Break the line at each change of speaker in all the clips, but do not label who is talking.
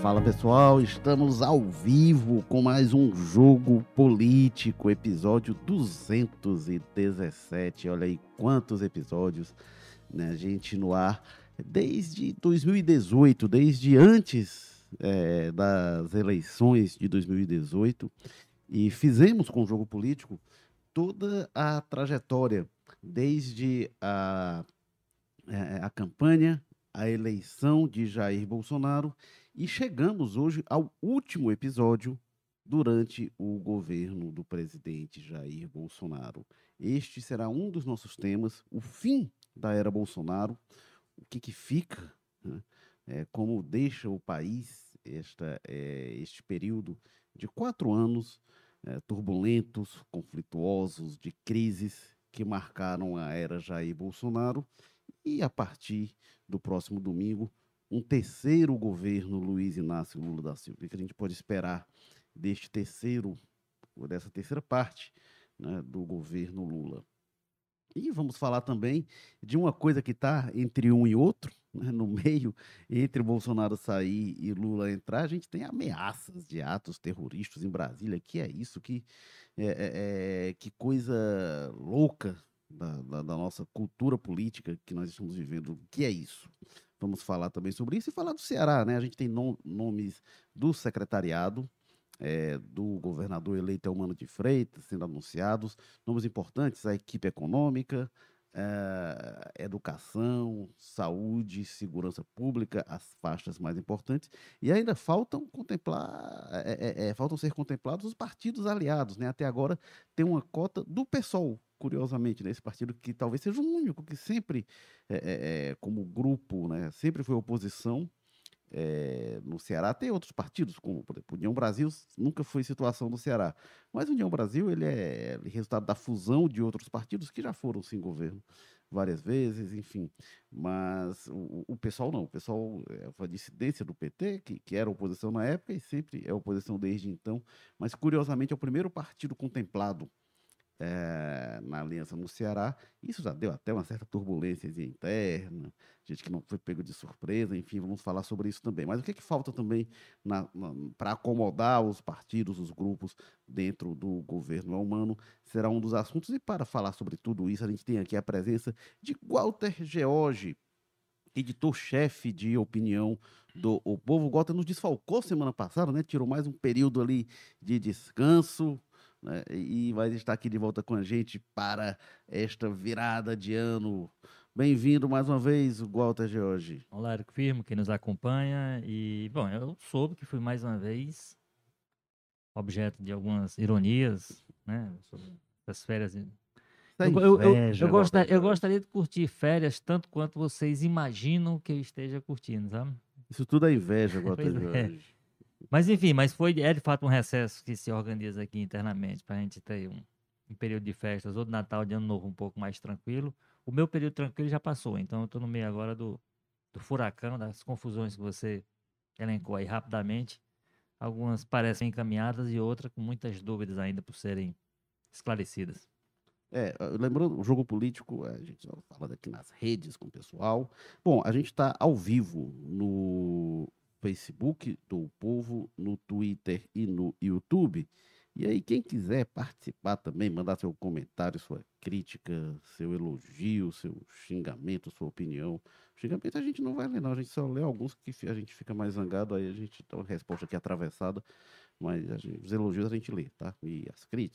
Fala pessoal, estamos ao vivo com mais um Jogo Político, episódio 217. Olha aí quantos episódios, né? A gente no ar desde 2018, desde antes das eleições de 2018, e fizemos com o Jogo Político toda a trajetória, desde a campanha, a eleição de Jair Bolsonaro, e chegamos hoje ao último episódio durante o governo do presidente Jair Bolsonaro. Este será um dos nossos temas, o fim da era Bolsonaro, o que fica, né? Como deixa o país este período de 4 anos turbulentos, conflituosos, de crises que marcaram a era Jair Bolsonaro, e a partir do próximo domingo, um terceiro governo Luiz Inácio Lula da Silva. O que a gente pode esperar dessa terceira parte, né, do governo Lula? E vamos falar também de uma coisa que está entre um e outro, né, no meio, entre Bolsonaro sair e Lula entrar. A gente tem ameaças de atos terroristas em Brasília. Que é isso? Que coisa louca da nossa cultura política que nós estamos vivendo. O que é isso? Vamos falar também sobre isso e falar do Ceará, né? A gente tem nomes do secretariado, do governador eleito Eumano de Freitas sendo anunciados, nomes importantes, a equipe econômica, educação, saúde, segurança pública, as faixas mais importantes, e ainda faltam ser contemplados os partidos aliados, né? Até agora tem uma cota do PSOL, curiosamente, né? Esse partido que talvez seja o único que sempre, como grupo, né, sempre foi oposição. No Ceará tem outros partidos, como, por exemplo, União Brasil nunca foi situação do Ceará. Mas a União Brasil ele é resultado da fusão de outros partidos que já foram sim governo várias vezes, enfim. Mas o pessoal não, o pessoal foi a dissidência do PT, que era oposição na época e sempre é oposição desde então. Mas, curiosamente, é o primeiro partido contemplado na aliança no Ceará. Isso já deu até uma certa turbulência interna, gente que não foi pego de surpresa, enfim, vamos falar sobre isso também. Mas o que falta também para acomodar os partidos, os grupos dentro do governo humano, será um dos assuntos. E para falar sobre tudo isso, a gente tem aqui a presença de Walter George, editor-chefe de opinião do O Povo. Walter nos desfalcou semana passada, né? Tirou mais um período ali de descanso, né? E vai estar aqui de volta com a gente para esta virada de ano. Bem-vindo mais uma vez, Walter George.
Olá, Érico Firmo, quem nos acompanha. E, bom, eu soube que fui mais uma vez objeto de algumas ironias, né, sobre as férias.
Essa
Eu
inveja, Walter George.
gostaria de curtir férias tanto quanto vocês imaginam que eu esteja curtindo, sabe?
Isso tudo é inveja, Walter
Pois é.
George.
Mas, enfim, é de fato um recesso que se organiza aqui internamente para a gente ter um período de festas ou de Natal, de Ano Novo um pouco mais tranquilo. O meu período tranquilo já passou, então eu estou no meio agora do furacão, das confusões que você elencou aí rapidamente. Algumas parecem encaminhadas e outras com muitas dúvidas ainda por serem esclarecidas.
Lembrando, o jogo político, a gente já fala aqui nas redes com o pessoal. Bom, a gente está ao vivo no Facebook do Povo, no Twitter e no YouTube. E aí, quem quiser participar também, mandar seu comentário, sua crítica, seu elogio, seu xingamento, sua opinião. Xingamento a gente não vai ler, não. A gente só lê alguns que a gente fica mais zangado, aí a gente dá uma resposta aqui atravessada. Mas os elogios a gente lê, tá? E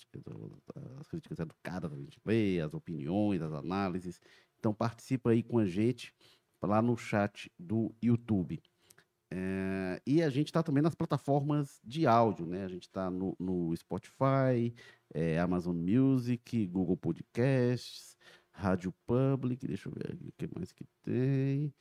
as críticas educadas a gente lê, as opiniões, as análises. Então participa aí com a gente lá no chat do YouTube. E a gente está também nas plataformas de áudio, né? A gente está no Spotify, Amazon Music, Google Podcasts, Rádio Public, deixa eu ver aqui o que mais que tem.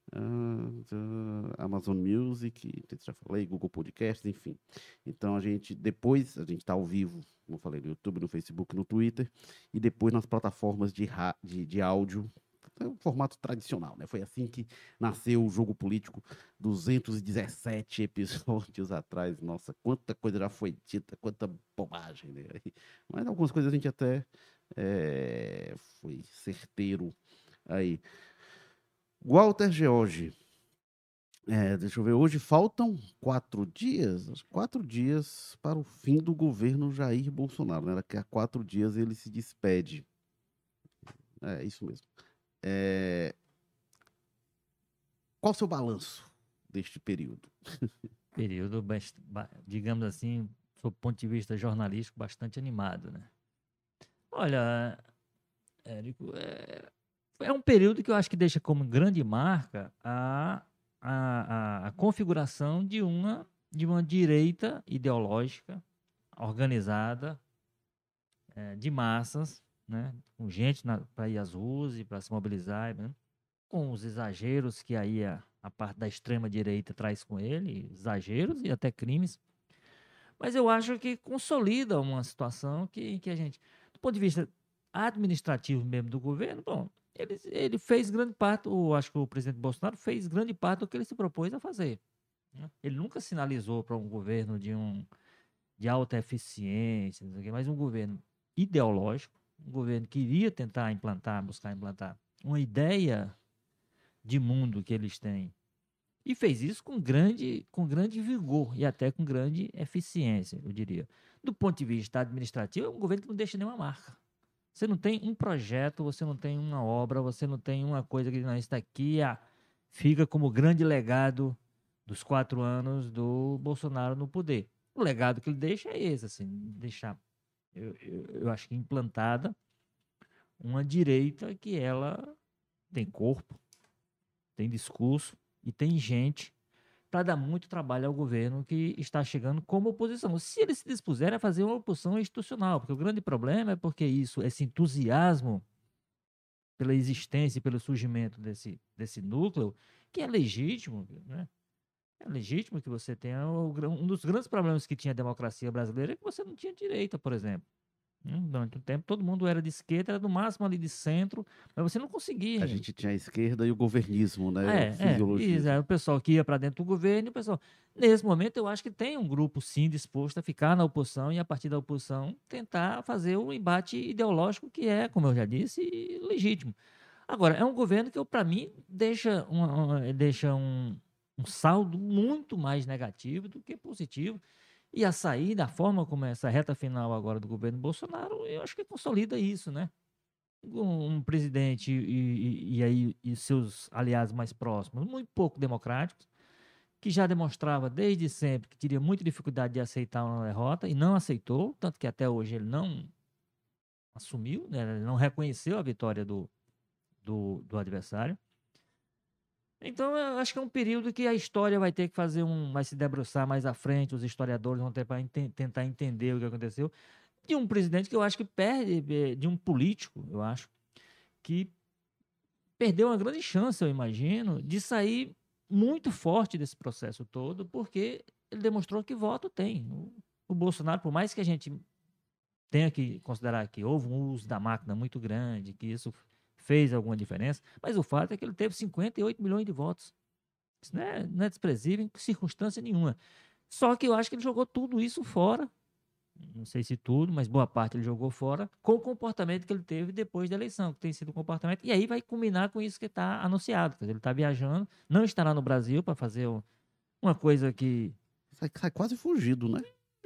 Amazon Music, já falei, Google Podcasts, enfim. Então depois a gente está ao vivo, como eu falei, no YouTube, no Facebook, no Twitter, e depois nas plataformas de áudio. É um formato tradicional, né? Foi assim que nasceu o Jogo Político, 217 episódios atrás. Nossa, quanta coisa já foi dita, quanta bobagem, né? Mas algumas coisas a gente até foi certeiro aí. Walter George, Deixa eu ver, hoje faltam 4 dias, 4 dias para o fim do governo Jair Bolsonaro, né? Daqui a 4 dias ele se despede. É isso mesmo. É, qual o seu balanço deste período?
Período, digamos assim, sob o ponto de vista jornalístico, bastante animado, né? Olha, Érico, é um período que eu acho que deixa como grande marca a configuração de uma direita ideológica organizada, de massas, né? Com gente para ir às ruas e para se mobilizar, né? Com os exageros que aí a parte da extrema direita traz com ele, exageros e até crimes. Mas eu acho que consolida uma situação que a gente, do ponto de vista administrativo mesmo do governo, bom, ele fez grande parte, acho que o presidente Bolsonaro fez grande parte do que ele se propôs a fazer, né? Ele nunca sinalizou para um governo de alta eficiência, não sei o quê, mas um governo ideológico, um governo que iria tentar buscar implantar uma ideia de mundo que eles têm. E fez isso com grande vigor e até com grande eficiência, eu diria. Do ponto de vista administrativo, é um governo que não deixa nenhuma marca. Você não tem um projeto, você não tem uma obra, você não tem uma coisa que não está aqui, fica como grande legado dos 4 anos do Bolsonaro no poder. O legado que ele deixa é esse, assim, deixar, eu acho que implantada uma direita que ela tem corpo, tem discurso e tem gente para dar muito trabalho ao governo que está chegando como oposição. Se eles se dispuserem a fazer uma oposição institucional, porque o grande problema é porque esse entusiasmo pela existência e pelo surgimento desse núcleo, que é legítimo, né? É legítimo que você tenha um dos grandes problemas que tinha a democracia brasileira é que você não tinha direita, por exemplo. Durante um tempo, todo mundo era de esquerda, era no máximo ali de centro, mas você não
A
conseguia.
gente tinha a esquerda e o governismo, né? O
Isso,
fisiologismo.
o pessoal que ia para dentro do governo, o pessoal. Nesse momento, eu acho que tem um grupo, sim, disposto a ficar na oposição e, a partir da oposição, tentar fazer um embate ideológico que é, como eu já disse, legítimo. Agora, é um governo que, para mim, deixa um saldo muito mais negativo do que positivo. E a sair da forma como é essa reta final agora do governo Bolsonaro, eu acho que consolida isso, né? Um presidente e aí e seus aliados mais próximos, muito pouco democráticos, que já demonstrava desde sempre que teria muita dificuldade de aceitar uma derrota e não aceitou, tanto que até hoje ele não assumiu, né, ele não reconheceu a vitória do adversário. Então, eu acho que é um período que a história vai ter que vai se debruçar mais à frente, os historiadores vão ter para tentar entender o que aconteceu, de um presidente que eu acho que perde, de um político, eu acho, que perdeu uma grande chance, eu imagino, de sair muito forte desse processo todo, porque ele demonstrou que voto tem. O Bolsonaro, por mais que a gente tenha que considerar que houve um uso da máquina muito grande, que isso fez alguma diferença, mas o fato é que ele teve 58 milhões de votos. Isso não é desprezível em circunstância nenhuma. Só que eu acho que ele jogou tudo isso fora, não sei se tudo, mas boa parte ele jogou fora, com o comportamento que ele teve depois da eleição, que tem sido um comportamento, e aí vai culminar com isso que está anunciado. Quer dizer, ele está viajando, não estará no Brasil para fazer uma coisa que
Sai quase fugido, né?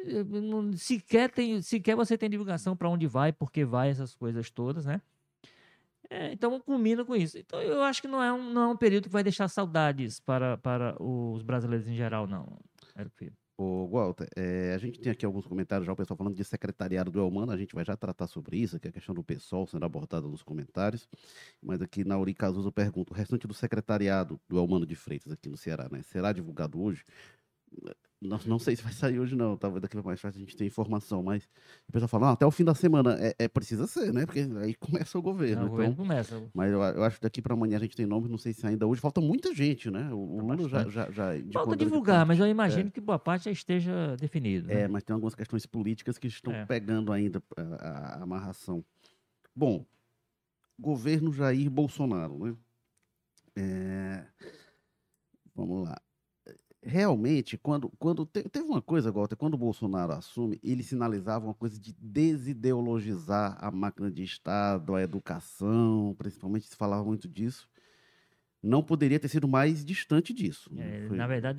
sequer você tem divulgação para onde vai, por que vai, essas coisas todas, né? Então culmina com isso. Então eu acho que não é um período que vai deixar saudades para os brasileiros em geral, não. Filho.
Ô, Walter, a gente tem aqui alguns comentários já, o pessoal falando de secretariado do Elmano, a gente vai já tratar sobre isso, que é a questão do PSOL sendo abordada nos comentários, mas aqui na Uri Cazuza eu pergunto, o restante do secretariado do Elmano de Freitas aqui no Ceará, né, será divulgado hoje? Não sei se vai sair hoje, não. Talvez daqui para mais fácil a gente ter informação, mas o pessoal fala, até o fim da semana. Precisa ser, né? Porque aí começa o governo.
O governo
Então,
começa.
mas eu acho que daqui para amanhã a gente tem nome, não sei se ainda hoje. Falta muita gente, né? O Lula já,
Bastante.
já, já indicou
Falta
uma grande
divulgar, mas
parte.
eu imagino que boa parte já esteja definido, né?
Mas tem algumas questões políticas que estão
É.
pegando ainda a amarração. Bom, governo Jair Bolsonaro, né? É, vamos lá. Realmente, quando teve uma coisa, Walter, quando o Bolsonaro assume, ele sinalizava uma coisa de desideologizar a máquina de Estado, a educação, principalmente se falava muito disso, não poderia ter sido mais distante disso.
Na verdade,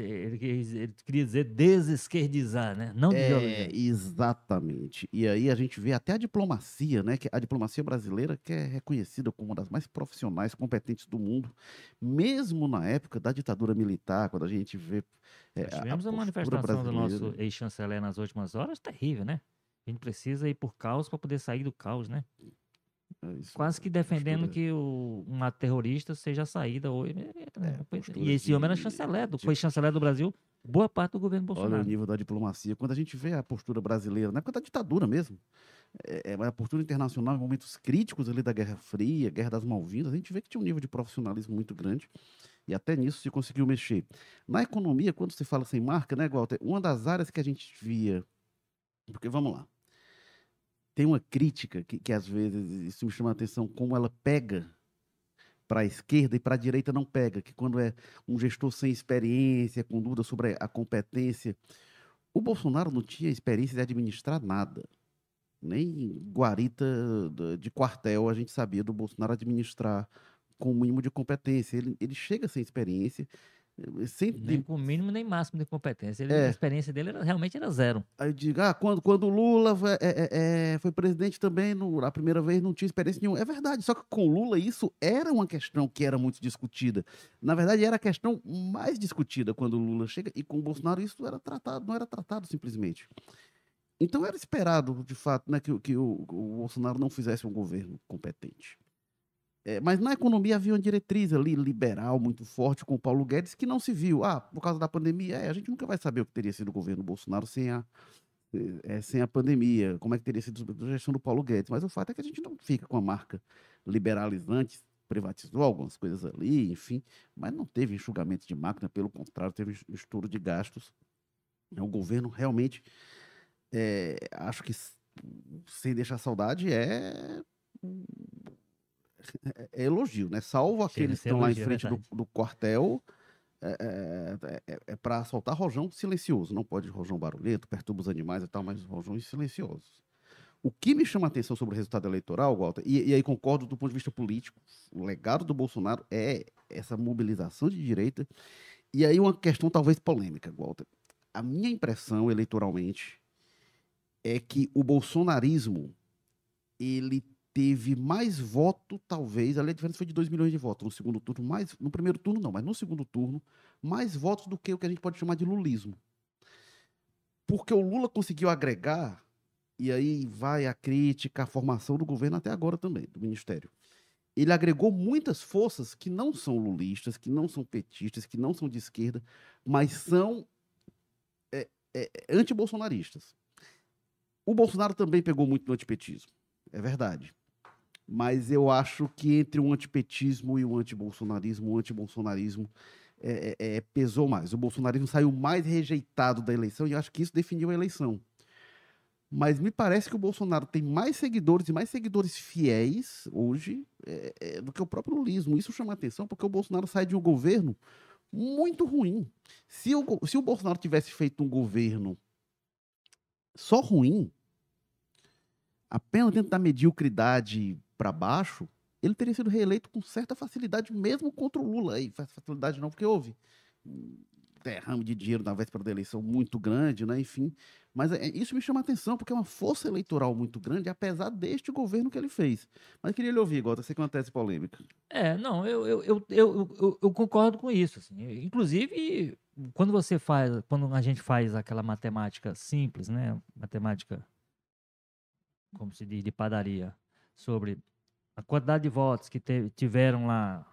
ele queria dizer desesquerdizar, né? Não
É,
ideologizar.
exatamente. E aí a gente vê até a diplomacia, né? Que a diplomacia brasileira, que é reconhecida como uma das mais profissionais, competentes do mundo, mesmo na época da ditadura militar, quando a gente vê
Nós
a
tivemos a
postura
manifestação do
brasileira.
nosso ex-chanceler nas últimas horas, terrível, né? A gente precisa ir por caos para poder sair do caos, né?
Isso,
Quase que defendendo
postura,
que um ato terrorista seja a saída hoje. E
postura
esse homem era chanceler,
de
foi chanceler do Brasil boa parte do governo
olha o
Bolsonaro.
nível da diplomacia. Quando a gente vê a postura brasileira, na época da ditadura mesmo, a postura internacional em momentos críticos ali da Guerra Fria, Guerra das Malvinas, a gente vê que tinha um nível de profissionalismo muito grande e até nisso se conseguiu mexer. Na economia, quando se fala sem marca, né, Walter, uma das áreas que a gente via, porque vamos lá, tem uma crítica que às vezes isso me chama a atenção, como ela pega para a esquerda e para a direita não pega, que quando é um gestor sem experiência, com dúvida sobre a competência, o Bolsonaro não tinha experiência de administrar nada. Nem guarita de quartel a gente sabia do Bolsonaro administrar com o mínimo de competência. Ele chega sem experiência, sem.
Nem com mínimo, nem máximo de competência. A
É,
experiência dele realmente era zero.
aí eu digo, quando o Lula foi presidente também, a primeira vez não tinha experiência nenhuma. É verdade, só que com o Lula isso era uma questão que era muito discutida. Na verdade, era a questão mais discutida quando o Lula chega, e com o Bolsonaro isso era tratado, não era tratado simplesmente. Então era esperado, de fato, né, que o Bolsonaro não fizesse um governo competente. Mas na economia havia uma diretriz ali liberal muito forte com o Paulo Guedes que não se viu. Por causa da pandemia, a gente nunca vai saber o que teria sido o governo Bolsonaro sem a pandemia, como é que teria sido a gestão do Paulo Guedes. Mas o fato é que a gente não fica com a marca liberalizante, privatizou algumas coisas ali, enfim, mas não teve enxugamento de máquina, pelo contrário, teve estouro de gastos. O governo realmente, acho que sem deixar saudade, é elogio, né? Salvo
Chega a
aqueles que
ser
estão lá em
elogio, é
frente do,
verdade.
do quartel, para soltar rojão silencioso. Não pode rojão barulhento, perturba os animais e tal, mas rojões silenciosos. O que me chama a atenção sobre o resultado eleitoral, Walter, e aí concordo do ponto de vista político, o legado do Bolsonaro é essa mobilização de direita, e aí uma questão talvez polêmica, Walter. A minha impressão eleitoralmente é que o bolsonarismo ele teve mais voto, talvez, ali a diferença foi de 2 milhões de votos no segundo turno, no primeiro turno não, mas no segundo turno, mais votos do que o que a gente pode chamar de lulismo. Porque o Lula conseguiu agregar, e aí vai a crítica, a formação do governo até agora também, do ministério. Ele agregou muitas forças que não são lulistas, que não são petistas, que não são de esquerda, mas são antibolsonaristas. O Bolsonaro também pegou muito no antipetismo, é verdade. Mas eu acho que entre o antipetismo e o antibolsonarismo pesou mais. O bolsonarismo saiu mais rejeitado da eleição e eu acho que isso definiu a eleição. Mas me parece que o Bolsonaro tem mais seguidores e mais seguidores fiéis hoje do que o próprio lulismo. Isso chama atenção porque o Bolsonaro sai de um governo muito ruim. Se o Bolsonaro tivesse feito um governo só ruim, apenas dentro da mediocridade para baixo, ele teria sido reeleito com certa facilidade, mesmo contra o Lula. E facilidade não, porque houve um derrame de dinheiro na véspera da eleição muito grande, né? Enfim. Mas isso me chama a atenção, porque é uma força eleitoral muito grande, apesar deste governo que ele fez. Mas queria lhe ouvir, Gota, sei que é uma tese polêmica.
Não, eu concordo com isso. Assim. Inclusive, quando a gente faz aquela matemática simples, né? Matemática, como se diz, de padaria, sobre a quantidade de votos que tiveram lá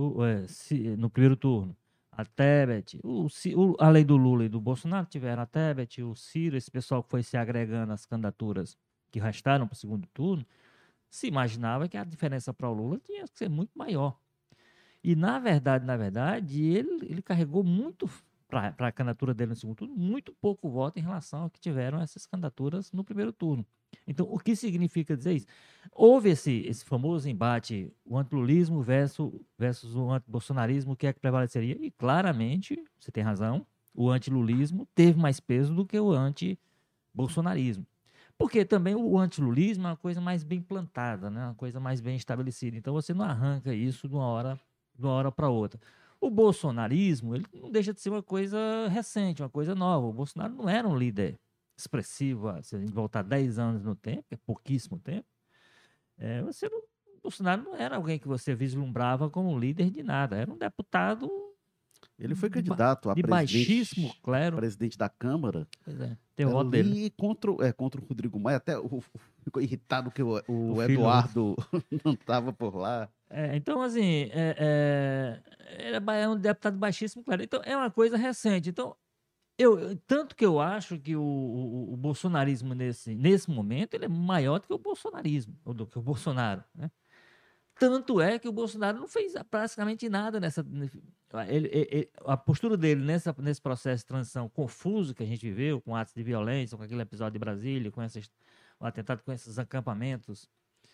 no primeiro turno, a Tebet, além do Lula e do Bolsonaro, tiveram a Tebet, o Ciro, esse pessoal que foi se agregando às candidaturas que restaram para o segundo turno, se imaginava que a diferença para o Lula tinha que ser muito maior. E, na verdade, ele carregou muito para a candidatura dele no segundo turno, muito pouco voto em relação ao que tiveram essas candidaturas no primeiro turno. Então, o que significa dizer isso? Houve esse famoso embate, o antilulismo versus o antibolsonarismo, o que é que prevaleceria? E, claramente, você tem razão, o antilulismo teve mais peso do que o antibolsonarismo. Porque também o antilulismo é uma coisa mais bem plantada, né? Uma coisa mais bem estabelecida. Então, você não arranca isso de uma hora de uma hora para outra. O bolsonarismo, ele não deixa de ser uma coisa recente, uma coisa nova. O Bolsonaro não era um líder expressivo, se a gente voltar 10 anos no tempo, que é pouquíssimo tempo, o Bolsonaro não era alguém que você vislumbrava como um líder de nada, era um deputado
Ele foi
de,
candidato a
de baixíssimo clero.
presidente da Câmara.
Pois é, tem o voto dele.
Ali contra o Rodrigo Maia, até ficou irritado que o
filho,
Eduardo não estava por lá.
Então, assim, era um deputado baixíssimo, claro. Então, é uma coisa recente. Então, tanto que eu acho que o bolsonarismo nesse momento ele é maior do que o bolsonarismo, ou do que o Bolsonaro, né? Tanto é que o Bolsonaro não fez praticamente nada a postura dele nesse processo de transição confuso que a gente viveu, com atos de violência, com aquele episódio de Brasília, o atentado com esses acampamentos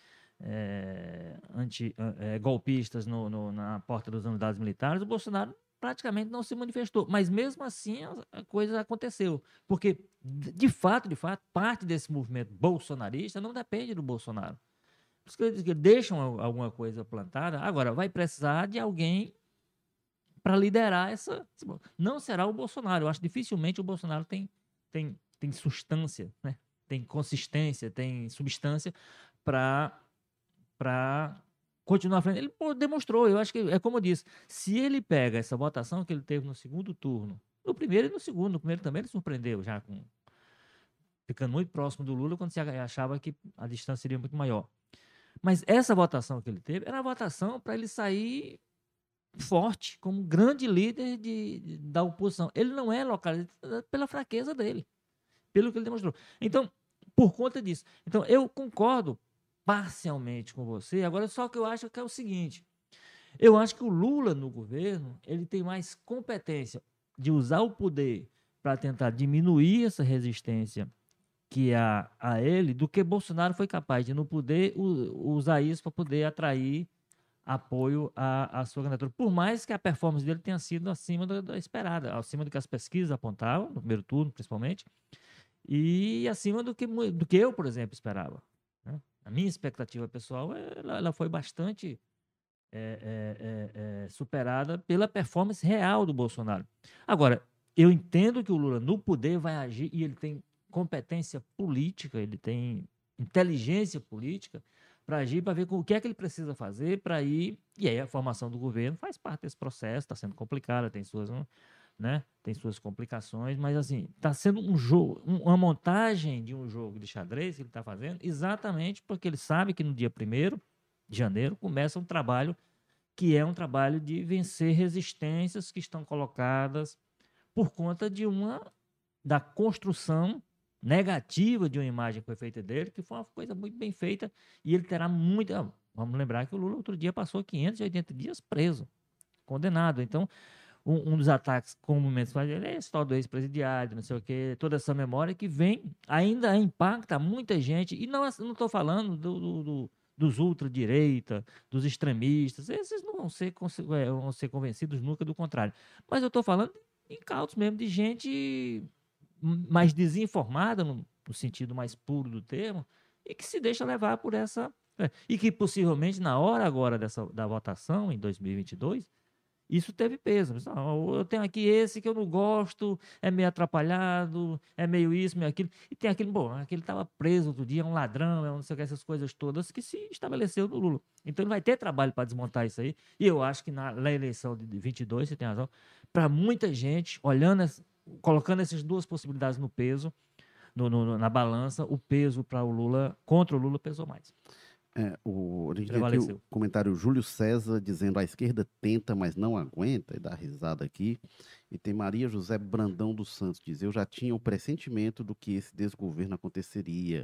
golpistas na porta das unidades militares, o Bolsonaro praticamente não se manifestou. Mas mesmo assim a coisa aconteceu. Porque, de fato, parte desse movimento bolsonarista não depende do Bolsonaro. Por isso que eles deixam alguma coisa plantada. Agora, vai precisar de alguém para liderar essa. Não será o Bolsonaro. Eu acho que dificilmente o Bolsonaro tem substância, né? Tem consistência, tem substância para continuar à frente. Ele demonstrou, eu acho que é como eu disse, se ele pega essa votação que ele teve no segundo turno, no primeiro e no segundo, no primeiro também ele surpreendeu, já ficando muito próximo do Lula, quando se achava que a distância seria muito maior. Mas essa votação que ele teve era a votação para ele sair forte, como grande líder da oposição. Ele não é localizado pela fraqueza dele, pelo que ele demonstrou. Então, por conta disso. Então, eu concordo parcialmente com você. Agora, só que eu acho que é o seguinte, eu acho que o Lula no governo, ele tem mais competência de usar o poder para tentar diminuir essa resistência que há a ele, do que Bolsonaro foi capaz de, no poder, usar isso para poder atrair apoio à sua candidatura. Por mais que a performance dele tenha sido acima da esperada, acima do que as pesquisas apontavam, no primeiro turno, principalmente, e acima do que eu, por exemplo, esperava. Né? A minha expectativa pessoal ela foi bastante superada pela performance real do Bolsonaro. Agora, eu entendo que o Lula no poder vai agir e ele tem competência política, ele tem inteligência política para agir, para ver o que é que ele precisa fazer para ir. E aí a formação do governo faz parte desse processo, está sendo complicada, tem suas complicações, mas assim, está sendo um jogo, uma montagem de um jogo de xadrez que ele está fazendo, exatamente porque ele sabe que no dia 1º de janeiro começa um trabalho que é um trabalho de vencer resistências que estão colocadas por conta da construção negativa de uma imagem que foi feita dele, que foi uma coisa muito bem feita, e ele terá muita... Vamos lembrar que o Lula outro dia passou 580 dias preso, condenado. Então, um dos ataques comumente faz ele é esse tal do ex-presidiário, não sei o quê, toda essa memória que ainda impacta muita gente, e não estou falando dos ultradireita, dos extremistas, esses não vão ser convencidos nunca do contrário. Mas eu estou falando de incautos mesmo, de gente mais desinformada, no sentido mais puro do termo, e que se deixa levar por essa... E que possivelmente, na hora agora da votação, em 2022, isso teve peso. Eu tenho aqui esse que eu não gosto, é meio atrapalhado, é meio isso, meio aquilo. E tem aquele, aquele estava preso outro dia, é um ladrão, não sei o que, essas coisas todas que se estabeleceu no Lula. Então ele vai ter trabalho para desmontar isso aí. E eu acho que na eleição de 22, você tem razão, para muita gente, colocando essas duas possibilidades no peso, na balança, o peso para o Lula, contra o Lula, pesou mais.
A gente tem aqui o comentário Júlio César dizendo a esquerda tenta, mas não aguenta, e dá risada aqui. E tem Maria José Brandão dos Santos, diz, eu já tinha o pressentimento do que esse desgoverno aconteceria,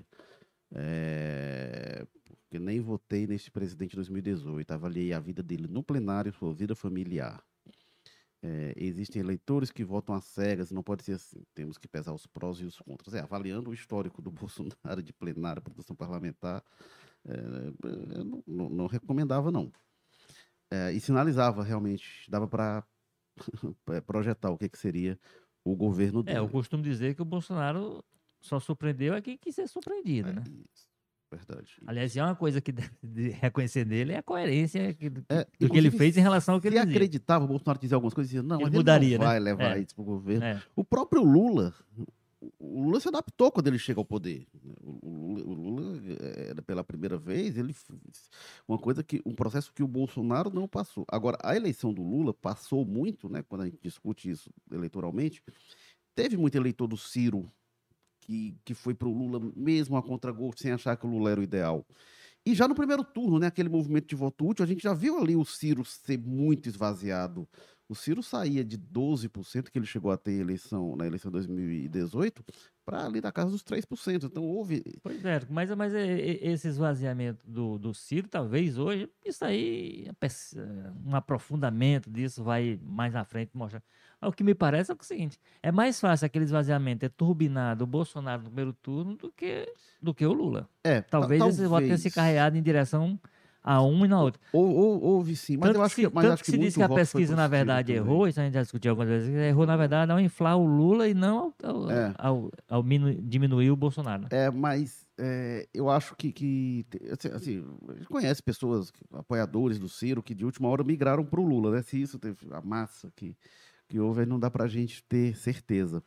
porque nem votei neste presidente em 2018, avaliei a vida dele no plenário, sua vida familiar. Existem eleitores que votam às cegas, não pode ser assim, temos que pesar os prós e os contras. Avaliando o histórico do Bolsonaro de plenário, produção parlamentar, eu não recomendava, não. E sinalizava realmente, dava para projetar o que seria o governo dele.
Eu costumo dizer que o Bolsonaro só surpreendeu quem quis ser surpreendido, né?
Isso. verdade.
Aliás, se é uma coisa que de reconhecer dele é a coerência do que ele
Inclusive,
fez em relação ao que ele
se
dizia.
acreditava, o Bolsonaro dizia algumas coisas, dizia, não,
Ele
mas ele não
mudaria, né?
vai levar isso para o governo.
É.
O próprio Lula, o Lula se adaptou quando ele chega ao poder. O Lula, pela primeira vez, ele fez um processo que o Bolsonaro não passou. Agora, a eleição do Lula passou muito, né, quando a gente discute isso eleitoralmente, teve muito eleitor do Ciro que foi para o Lula mesmo a contragosto, sem achar que o Lula era o ideal. E já no primeiro turno, né, aquele movimento de voto útil, a gente já viu ali o Ciro ser muito esvaziado. O Ciro saía de 12% que ele chegou a ter na eleição de 2018 para ali da casa dos 3%. Então houve.
Pois é, mas esse esvaziamento do Ciro, talvez hoje, isso aí, um aprofundamento disso vai mais na frente mostrar. O que me parece é o seguinte: é mais fácil aquele esvaziamento ter turbinado o Bolsonaro no primeiro turno do que o Lula. Talvez esse voto tenha se
Talvez.
carreado em direção a um e na outra.
Houve sim, mas
Tanto
eu
que
acho
se,
que, mas
tanto
acho
que
que
se diz
muito
que a
voto foi
pesquisa,
para o
na
Ciro
verdade,
também.
errou, isso a gente já discutiu algumas vezes, errou, na verdade, ao inflar o Lula e não
É.
ao diminuir o Bolsonaro, né?
Mas eu acho assim, a gente conhece pessoas, apoiadores do Ciro, que de última hora migraram para o Lula, né? Se isso teve a massa que houve, aí não dá para a gente ter certeza.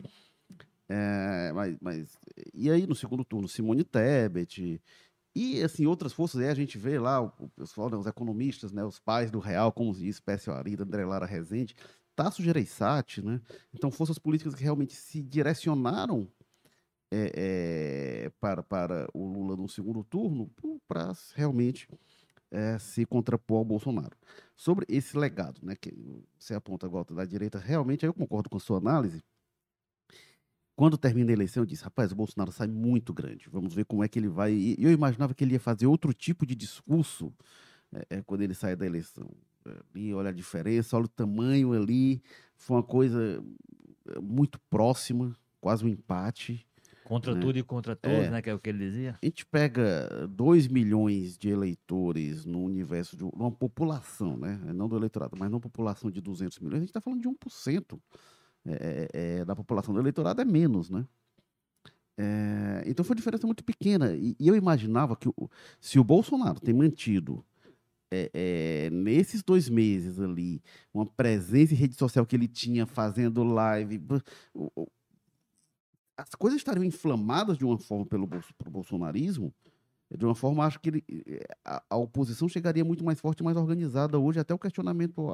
E aí, no segundo turno, Simone Tebet e assim outras forças, aí a gente vê lá o pessoal, né, os economistas, né, os pais do real, como diz Pécio Arida, André Lara Rezende, Tasso Gereissati, né? Então, forças políticas que realmente se direcionaram para o Lula no segundo turno, para realmente se contrapor ao Bolsonaro. Sobre esse legado, né, que você aponta agora da direita, realmente aí eu concordo com a sua análise. Quando termina a eleição, eu disse, rapaz, o Bolsonaro sai muito grande, vamos ver como é que ele vai. E eu imaginava que ele ia fazer outro tipo de discurso quando ele sai da eleição. E olha a diferença, olha o tamanho ali, foi uma coisa muito próxima, quase um empate,
Contra
né?
tudo e contra todos,
É,
né? Que é o que ele dizia.
a gente pega 2 milhões de eleitores no universo de uma população, né? Não do eleitorado, mas numa população de 200 milhões, a gente está falando de 1%. Da população do eleitorado é menos, né? Então foi uma diferença muito pequena. E eu imaginava que se o Bolsonaro tem mantido nesses 2 meses ali uma presença em rede social que ele tinha fazendo live, as coisas estariam inflamadas de uma forma pro bolsonarismo. De uma forma, acho que a oposição chegaria muito mais forte e mais organizada hoje, até o questionamento,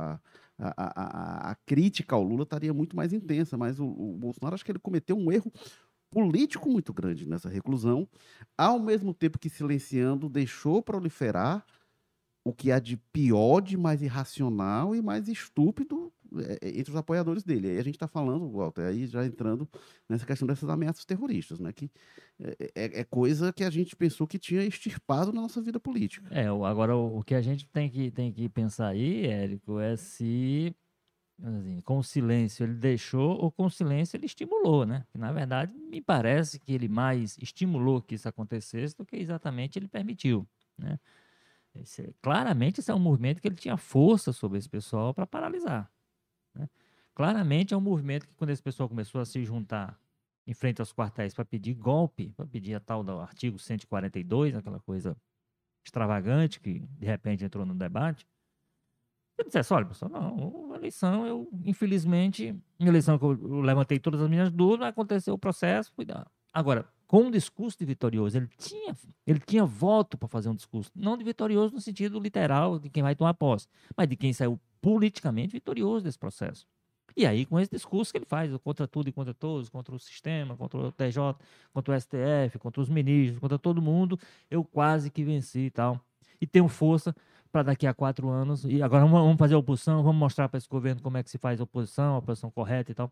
a crítica ao Lula estaria muito mais intensa, mas o Bolsonaro, acho que ele cometeu um erro político muito grande nessa reclusão, ao mesmo tempo que silenciando, deixou proliferar o que há de pior, de mais irracional e mais estúpido entre os apoiadores dele. Aí a gente está falando, Walter, aí já entrando nessa questão dessas ameaças terroristas, né? Que é coisa que a gente pensou que tinha extirpado na nossa vida política.
Agora o que a gente tem que pensar aí, Érico, é se assim, com o silêncio ele deixou ou com o silêncio ele estimulou, né? Que, na verdade, me parece que ele mais estimulou que isso acontecesse do que exatamente ele permitiu, né? Claramente, esse é um movimento que ele tinha força sobre esse pessoal para paralisar, né? Claramente é um movimento que, quando esse pessoal começou a se juntar em frente aos quartéis para pedir golpe, para pedir a tal do artigo 142, aquela coisa extravagante que de repente entrou no debate, eu dissesse, olha, pessoal, não, a eleição, infelizmente, na eleição que eu levantei todas as minhas dúvidas, aconteceu o processo, cuidado. Agora, com um discurso de vitorioso, ele tinha voto para fazer um discurso, não de vitorioso no sentido literal de quem vai tomar posse, mas de quem saiu politicamente vitorioso desse processo. E aí, com esse discurso que ele faz, contra tudo e contra todos, contra o sistema, contra o TJ, contra o STF, contra os ministros, contra todo mundo, eu quase que venci e tal. E tenho força para daqui a 4 anos, e agora vamos fazer a oposição, vamos mostrar para esse governo como é que se faz a oposição correta e tal.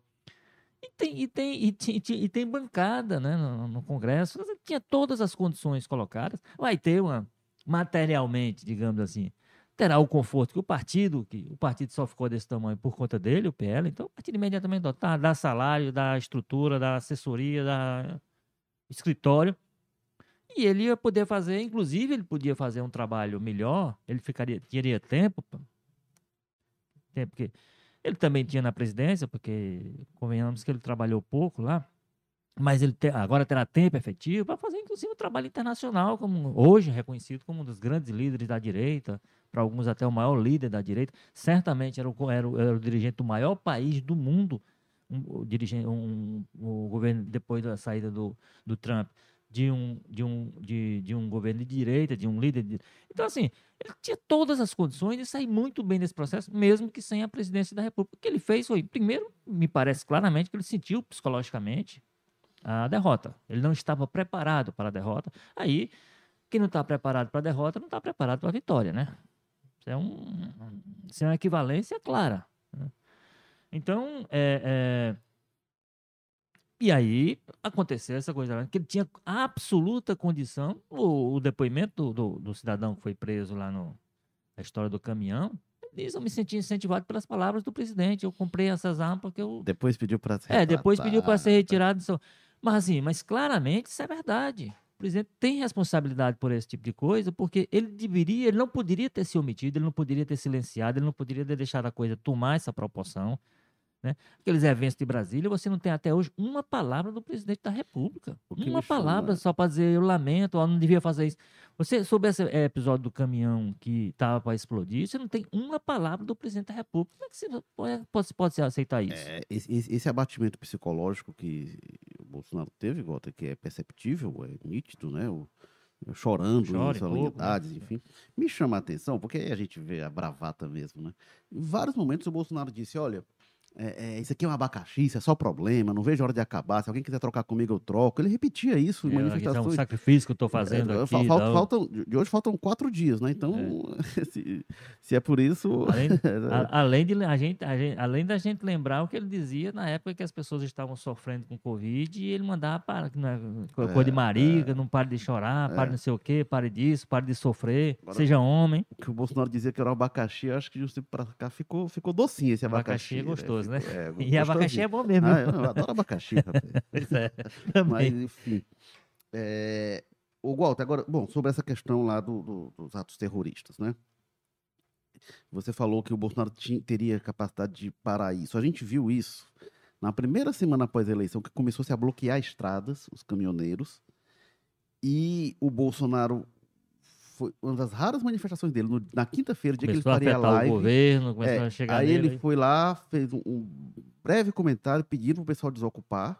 E tem bancada, né, no Congresso, tinha todas as condições colocadas. Vai ter materialmente, digamos assim, terá o conforto que o partido só ficou desse tamanho por conta dele, o PL, então o partido imediatamente dá salário, dá estrutura, dá assessoria, dá escritório, e ele ia poder fazer, inclusive ele podia fazer um trabalho melhor, teria tempo, porque ele também tinha na presidência, porque convenhamos que ele trabalhou pouco lá, mas ele agora terá tempo efetivo para fazer, inclusive, o trabalho internacional, como hoje reconhecido como um dos grandes líderes da direita, para alguns até o maior líder da direita. Certamente era o dirigente do maior país do mundo, o governo depois da saída do Trump, de um governo de direita, de um líder. Então, assim, ele tinha todas as condições de sair muito bem desse processo, mesmo que sem a presidência da República. O que ele fez foi, primeiro, me parece claramente que ele sentiu psicologicamente a derrota. Ele não estava preparado para a derrota. Aí, quem não está preparado para a derrota não está preparado para a vitória, né? Isso é uma equivalência clara, né? Então, e aí aconteceu essa coisa, né, que ele tinha absoluta condição. O depoimento do cidadão que foi preso lá na história do caminhão, ele diz: eu me senti incentivado pelas palavras do presidente. Eu comprei essas armas porque eu.
Depois pediu para se
Depois pediu para ser
retratar.
retirado. Mas assim, mas claramente isso é verdade. O presidente tem responsabilidade por esse tipo de coisa, porque ele não poderia ter se omitido, ele não poderia ter silenciado, ele não poderia ter deixado a coisa tomar essa proporção, né? Aqueles eventos de Brasília, você não tem até hoje uma palavra do presidente da República.
O que me
Uma palavra
chama.
só para dizer eu lamento, eu não devia fazer isso. Você, sobre esse episódio do caminhão que estava para explodir, você não tem uma palavra do presidente da República. Como é que você pode aceitar isso?
Esse abatimento psicológico que o Bolsonaro teve, Gota, que é perceptível, é nítido, né? Chorando em
Chore um pouco, né?
solenidades, enfim, me chama a atenção, porque aí a gente vê a bravata mesmo, né? Em vários momentos o Bolsonaro disse: olha, isso aqui é um abacaxi, isso é só problema, não vejo a hora de acabar, se alguém quiser trocar comigo, eu troco. Ele repetia isso em
Isso é um
manifestações.
sacrifício que eu estou fazendo aqui.
De hoje faltam 4 dias, né? Então,
É.
se é por isso.
Além da gente lembrar o que ele dizia na época que as pessoas estavam sofrendo com Covid e ele mandava para, que não é coisa de marica, não pare de chorar, pare não sei o quê, pare disso, pare de sofrer,
Agora,
seja homem.
o que o Bolsonaro dizia que era um abacaxi, eu acho que de um tempo pra cá ficou docinho esse
Abacaxi é
abacaxi, né?
gostoso, né? E abacaxi
Gostosinho.
é bom mesmo,
Ah,
viu?
eu adoro abacaxi, rapaz.
Pois é,
Mas,
também.
enfim. O Walter, agora, bom, sobre essa questão lá dos atos terroristas, né? Você falou que o Bolsonaro teria capacidade de parar isso. A gente viu isso na primeira semana após a eleição, que começou-se a bloquear estradas, os caminhoneiros, e o Bolsonaro foi uma das raras manifestações dele, na quinta-feira, dia que ele
Começou a
faria a
afetar o
live.
governo, começou a chegar
Aí ele
nele.
foi lá, fez um breve comentário pedindo para o pessoal desocupar.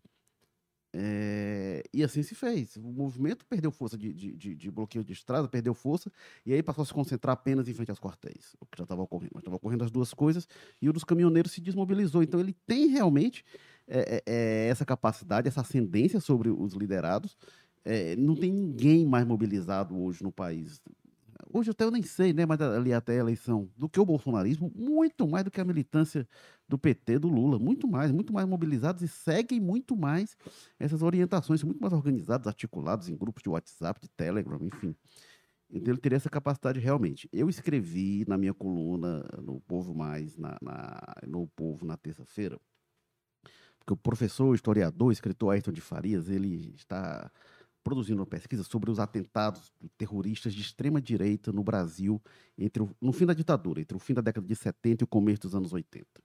E assim se fez. O movimento perdeu força de bloqueio de estrada, perdeu força, e aí passou a se concentrar apenas em frente aos quartéis, o que já estava ocorrendo. Mas estava ocorrendo as duas coisas, e o dos caminhoneiros se desmobilizou. Então ele tem realmente essa capacidade, essa ascendência sobre os liderados. Não tem ninguém mais mobilizado hoje no país. Hoje até eu nem sei, né, mas ali até a eleição, do que o bolsonarismo, muito mais do que a militância do PT, do Lula, muito mais mobilizados e seguem muito mais essas orientações, muito mais organizados, articulados em grupos de WhatsApp, de Telegram, enfim. Então ele teria essa capacidade realmente. Eu escrevi na minha coluna no Povo Mais, no Povo na terça-feira, porque o professor, o historiador, o escritor Ayrton de Farias, ele está produzindo uma pesquisa sobre os atentados terroristas de extrema-direita no Brasil no fim da ditadura, entre o fim da década de 70 e o começo dos anos 80.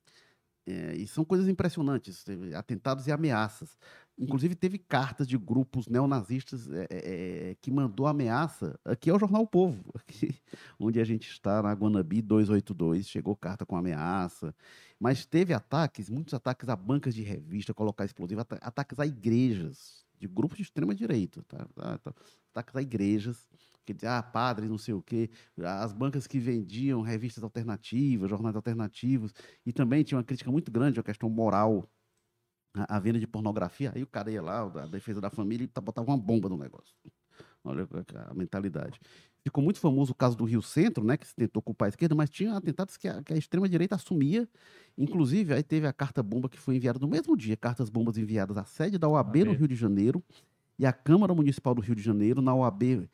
E são coisas impressionantes, teve atentados e ameaças. Inclusive, teve cartas de grupos neonazistas que mandou ameaça aqui ao Jornal o Povo, aqui, onde a gente está, na Guanabi 282, chegou carta com ameaça. Mas teve ataques, muitos ataques a bancas de revista, colocar explosivo, ataques a igrejas, de grupos de extrema-direita, ataques a igrejas, que dizia, padre, não sei o quê, as bancas que vendiam revistas alternativas, jornais alternativos, e também tinha uma crítica muito grande à questão moral, à venda de pornografia. Aí o cara ia lá, a defesa da família, e botava uma bomba no negócio. Olha a mentalidade. Ficou muito famoso o caso do Rio Centro, né, que se tentou culpar a esquerda, mas tinha atentados que a extrema-direita assumia. Inclusive, aí teve a carta-bomba que foi enviada no mesmo dia, cartas-bombas enviadas à sede da OAB no Rio de Janeiro e à Câmara Municipal do Rio de Janeiro. Na OAB,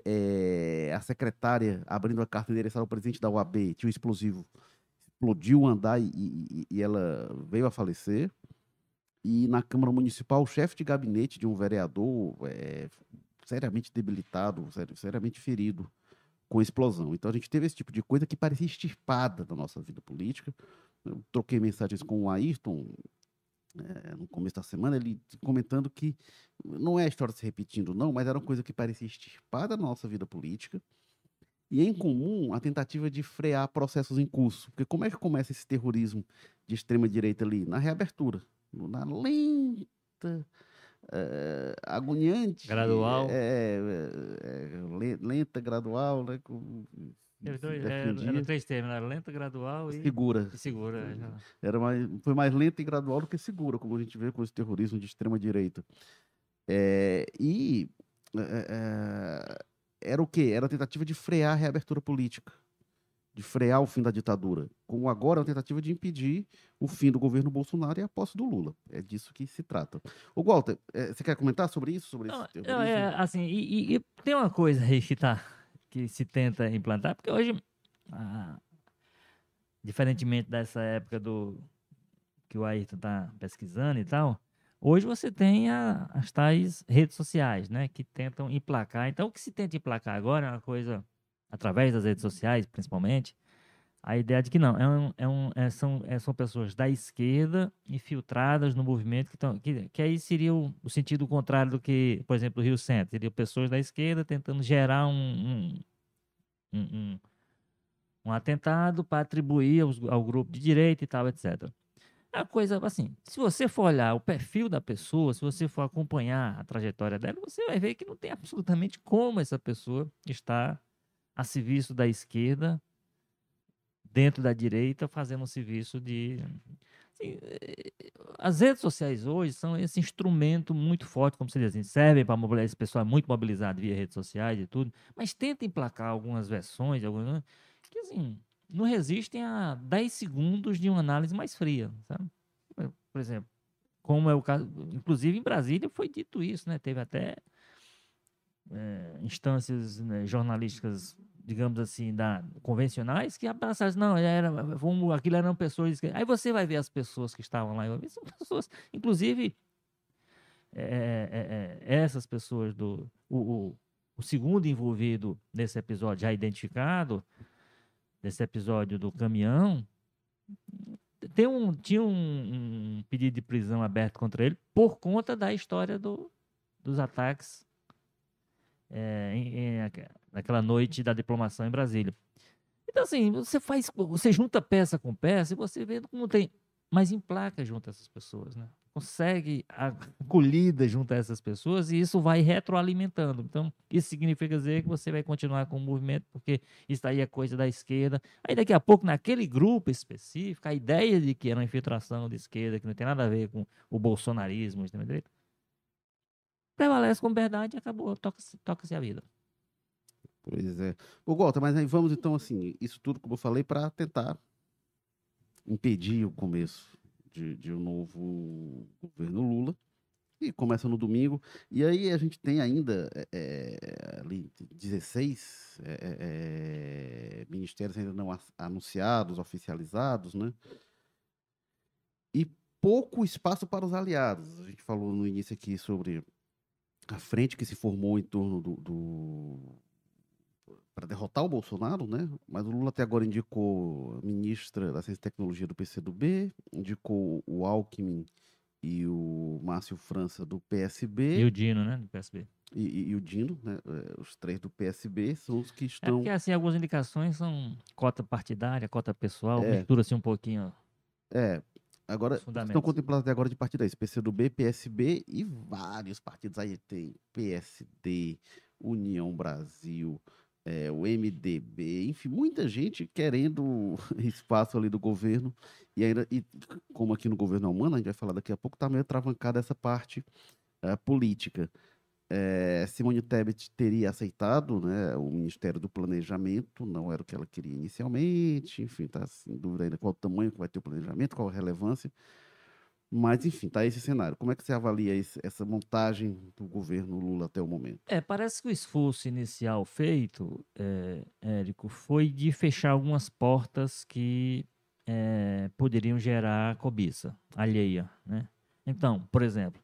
a secretária, abrindo a carta endereçada ao presidente da OAB, tinha um explosivo, explodiu o andar e ela veio a falecer. E na Câmara Municipal, o chefe de gabinete de um vereador seriamente debilitado, seriamente ferido com a explosão. Então a gente teve esse tipo de coisa que parecia extirpada da nossa vida política. Eu troquei mensagens com o Ayrton no começo da semana, ele comentando que não é a história se repetindo, não, mas era uma coisa que parecia extirpada da nossa vida política, e é em comum a tentativa de frear processos em curso. Porque como é que começa esse terrorismo de extrema-direita ali? Na reabertura, na lenta, agoniante,
Gradual.
lenta, gradual, né, como
Teve
se
dois, era
defendia,
3 termos, era lenta, gradual
segura.
e segura. Já.
Foi mais lenta e gradual do que segura, como a gente vê com esse terrorismo de extrema-direita. É, e é, é, era o quê? Era a tentativa de frear a reabertura política, de frear o fim da ditadura. Como agora é a tentativa de impedir o fim do governo Bolsonaro e a posse do Lula. É disso que se trata. Ô, Walter, você quer comentar sobre isso, sobre esse
Não,
terrorismo?
assim, e tem uma coisa aí que se tenta implantar, porque hoje, ah, diferentemente dessa época que o Ayrton está pesquisando e tal, hoje você tem as tais redes sociais, né, que tentam emplacar. Então, o que se tenta emplacar agora é uma coisa, através das redes sociais, principalmente, a ideia de que não, são pessoas da esquerda infiltradas no movimento que aí seria o sentido contrário do que, por exemplo, o Rio Centro. Seriam pessoas da esquerda tentando gerar um, um- um atentado para atribuir ao grupo de direita e tal, etc. É uma coisa assim, se você for olhar o perfil da pessoa, se você for acompanhar a trajetória dela, você vai ver que não tem absolutamente como essa pessoa estar a serviço da esquerda dentro da direita fazendo um serviço de. Assim, as redes sociais hoje são esse instrumento muito forte, como você diz assim, servem para mobilizar, esse pessoal é muito mobilizado via redes sociais e tudo, mas tenta emplacar algumas versões, algumas, que assim, não resistem a 10 segundos de uma análise mais fria, sabe? Por exemplo, como é o caso, inclusive em Brasília foi dito isso, né? Teve até instâncias, né, jornalísticas, digamos assim, convencionais, que abraçaram, não, aquilo eram pessoas. Aí você vai ver as pessoas que estavam lá, são pessoas, inclusive, essas pessoas o segundo envolvido nesse episódio, já identificado, nesse episódio do caminhão, tinha um pedido de prisão aberto contra ele por conta da história dos ataques naquela noite da diplomação em Brasília. Então, assim, você junta peça com peça e você vê como tem. Mas emplaca junto essas pessoas, né? Consegue acolhida junto a essas pessoas e isso vai retroalimentando. Então, isso significa dizer que você vai continuar com o movimento, porque isso aí é coisa da esquerda. Aí, daqui a pouco, naquele grupo específico, a ideia de que era uma infiltração de esquerda, que não tem nada a ver com o bolsonarismo, extrema-direita, prevalece como verdade e acabou, toca-se a vida.
Pois é. Ô, Walter, mas aí vamos então, assim, isso tudo como eu falei, para tentar impedir o começo de um novo governo Lula. E começa no domingo. E aí a gente tem ainda ali 16 ministérios ainda não anunciados, oficializados, né? E pouco espaço para os aliados. A gente falou no início aqui sobre a frente que se formou em torno para derrotar o Bolsonaro, né? Mas o Lula até agora indicou a ministra da Ciência e Tecnologia do PCdoB, indicou o Alckmin e o Márcio França do
E
PSB
o Dino, né, do PSB.
e o Dino, né? Os três do PSB são os que
É porque,
estão.
assim, algumas indicações são cota partidária, cota pessoal,
É,
mistura-se um pouquinho
é. Agora,
os
os que estão
fundamentos.
contemplados até agora de partido é esse, PCdoB, PSB e vários partidos. Aí tem PSD, União Brasil, o MDB, enfim, muita gente querendo espaço ali do governo. E ainda, como aqui no governo é humano, a gente vai falar daqui a pouco, está meio travancada essa parte política. Simone Tebet teria aceitado, né, o Ministério do Planejamento, não era o que ela queria inicialmente, enfim, está em dúvida ainda qual o tamanho que vai ter o planejamento, qual a relevância, mas enfim, está esse cenário. Como é que você avalia essa montagem do governo Lula até o momento?
Parece que o esforço inicial feito, Érico, foi de fechar algumas portas que poderiam gerar cobiça alheia, né? Então, por exemplo,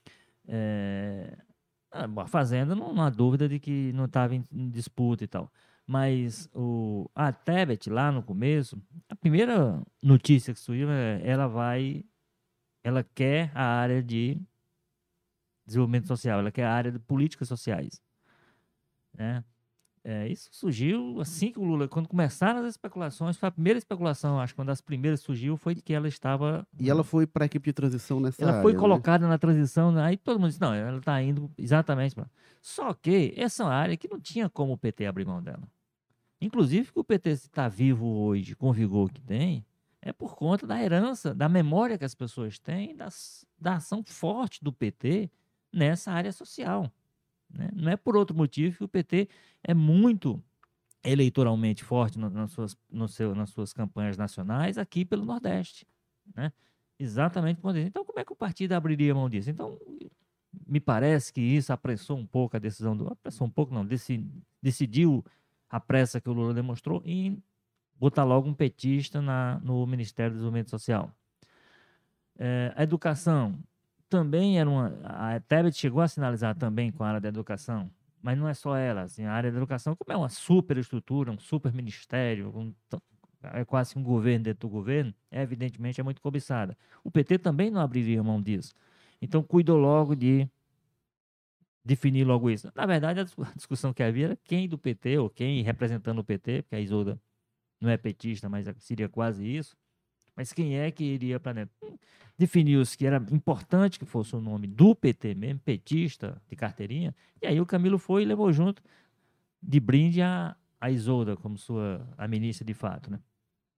a Fazenda não há dúvida de que não estava em disputa e tal. Mas a Tebet, lá no começo, a primeira notícia que surgiu ela vai ela quer a área de desenvolvimento social, ela quer a área de políticas sociais, né? Isso surgiu assim que o Lula, quando começaram as especulações, foi a primeira especulação, acho que uma das primeiras que surgiu foi de que ela estava,
E ela foi para a equipe de transição nessa
ela foi
área, né?
colocada na transição, né? Aí todo mundo disse, não, ela está indo exatamente para... Só que essa é uma área que não tinha como o PT abrir mão dela. Inclusive que o PT está vivo hoje, com o vigor que tem, é por conta da herança, da memória que as pessoas têm, da ação forte do PT nessa área social, né? Não é por outro motivo que o PT é muito eleitoralmente forte nas suas campanhas nacionais aqui pelo Nordeste, né? Exatamente por isso. Então, como é que o partido abriria mão disso? Então, me parece que isso apressou um pouco a decisão do... Apressou um pouco, não. Decidiu a pressa que o Lula demonstrou em botar logo um petista no Ministério do Desenvolvimento Social. A educação também era uma... A Tebet chegou a sinalizar também com a área da educação, mas não é só ela. Assim, a área da educação, como é uma super estrutura, um super ministério, é quase um governo dentro do governo, evidentemente é muito cobiçada. O PT também não abriria mão disso. Então, cuidou logo de definir logo isso. Na verdade, a discussão que havia era quem do PT, ou quem representando o PT, porque a Isolda não é petista, mas seria quase isso. Mas quem é que iria para dentro? Definiu-se que era importante que fosse o nome do PT mesmo, petista, de carteirinha, e aí o Camilo foi e levou junto, de brinde, a Isolda como a ministra de fato, né?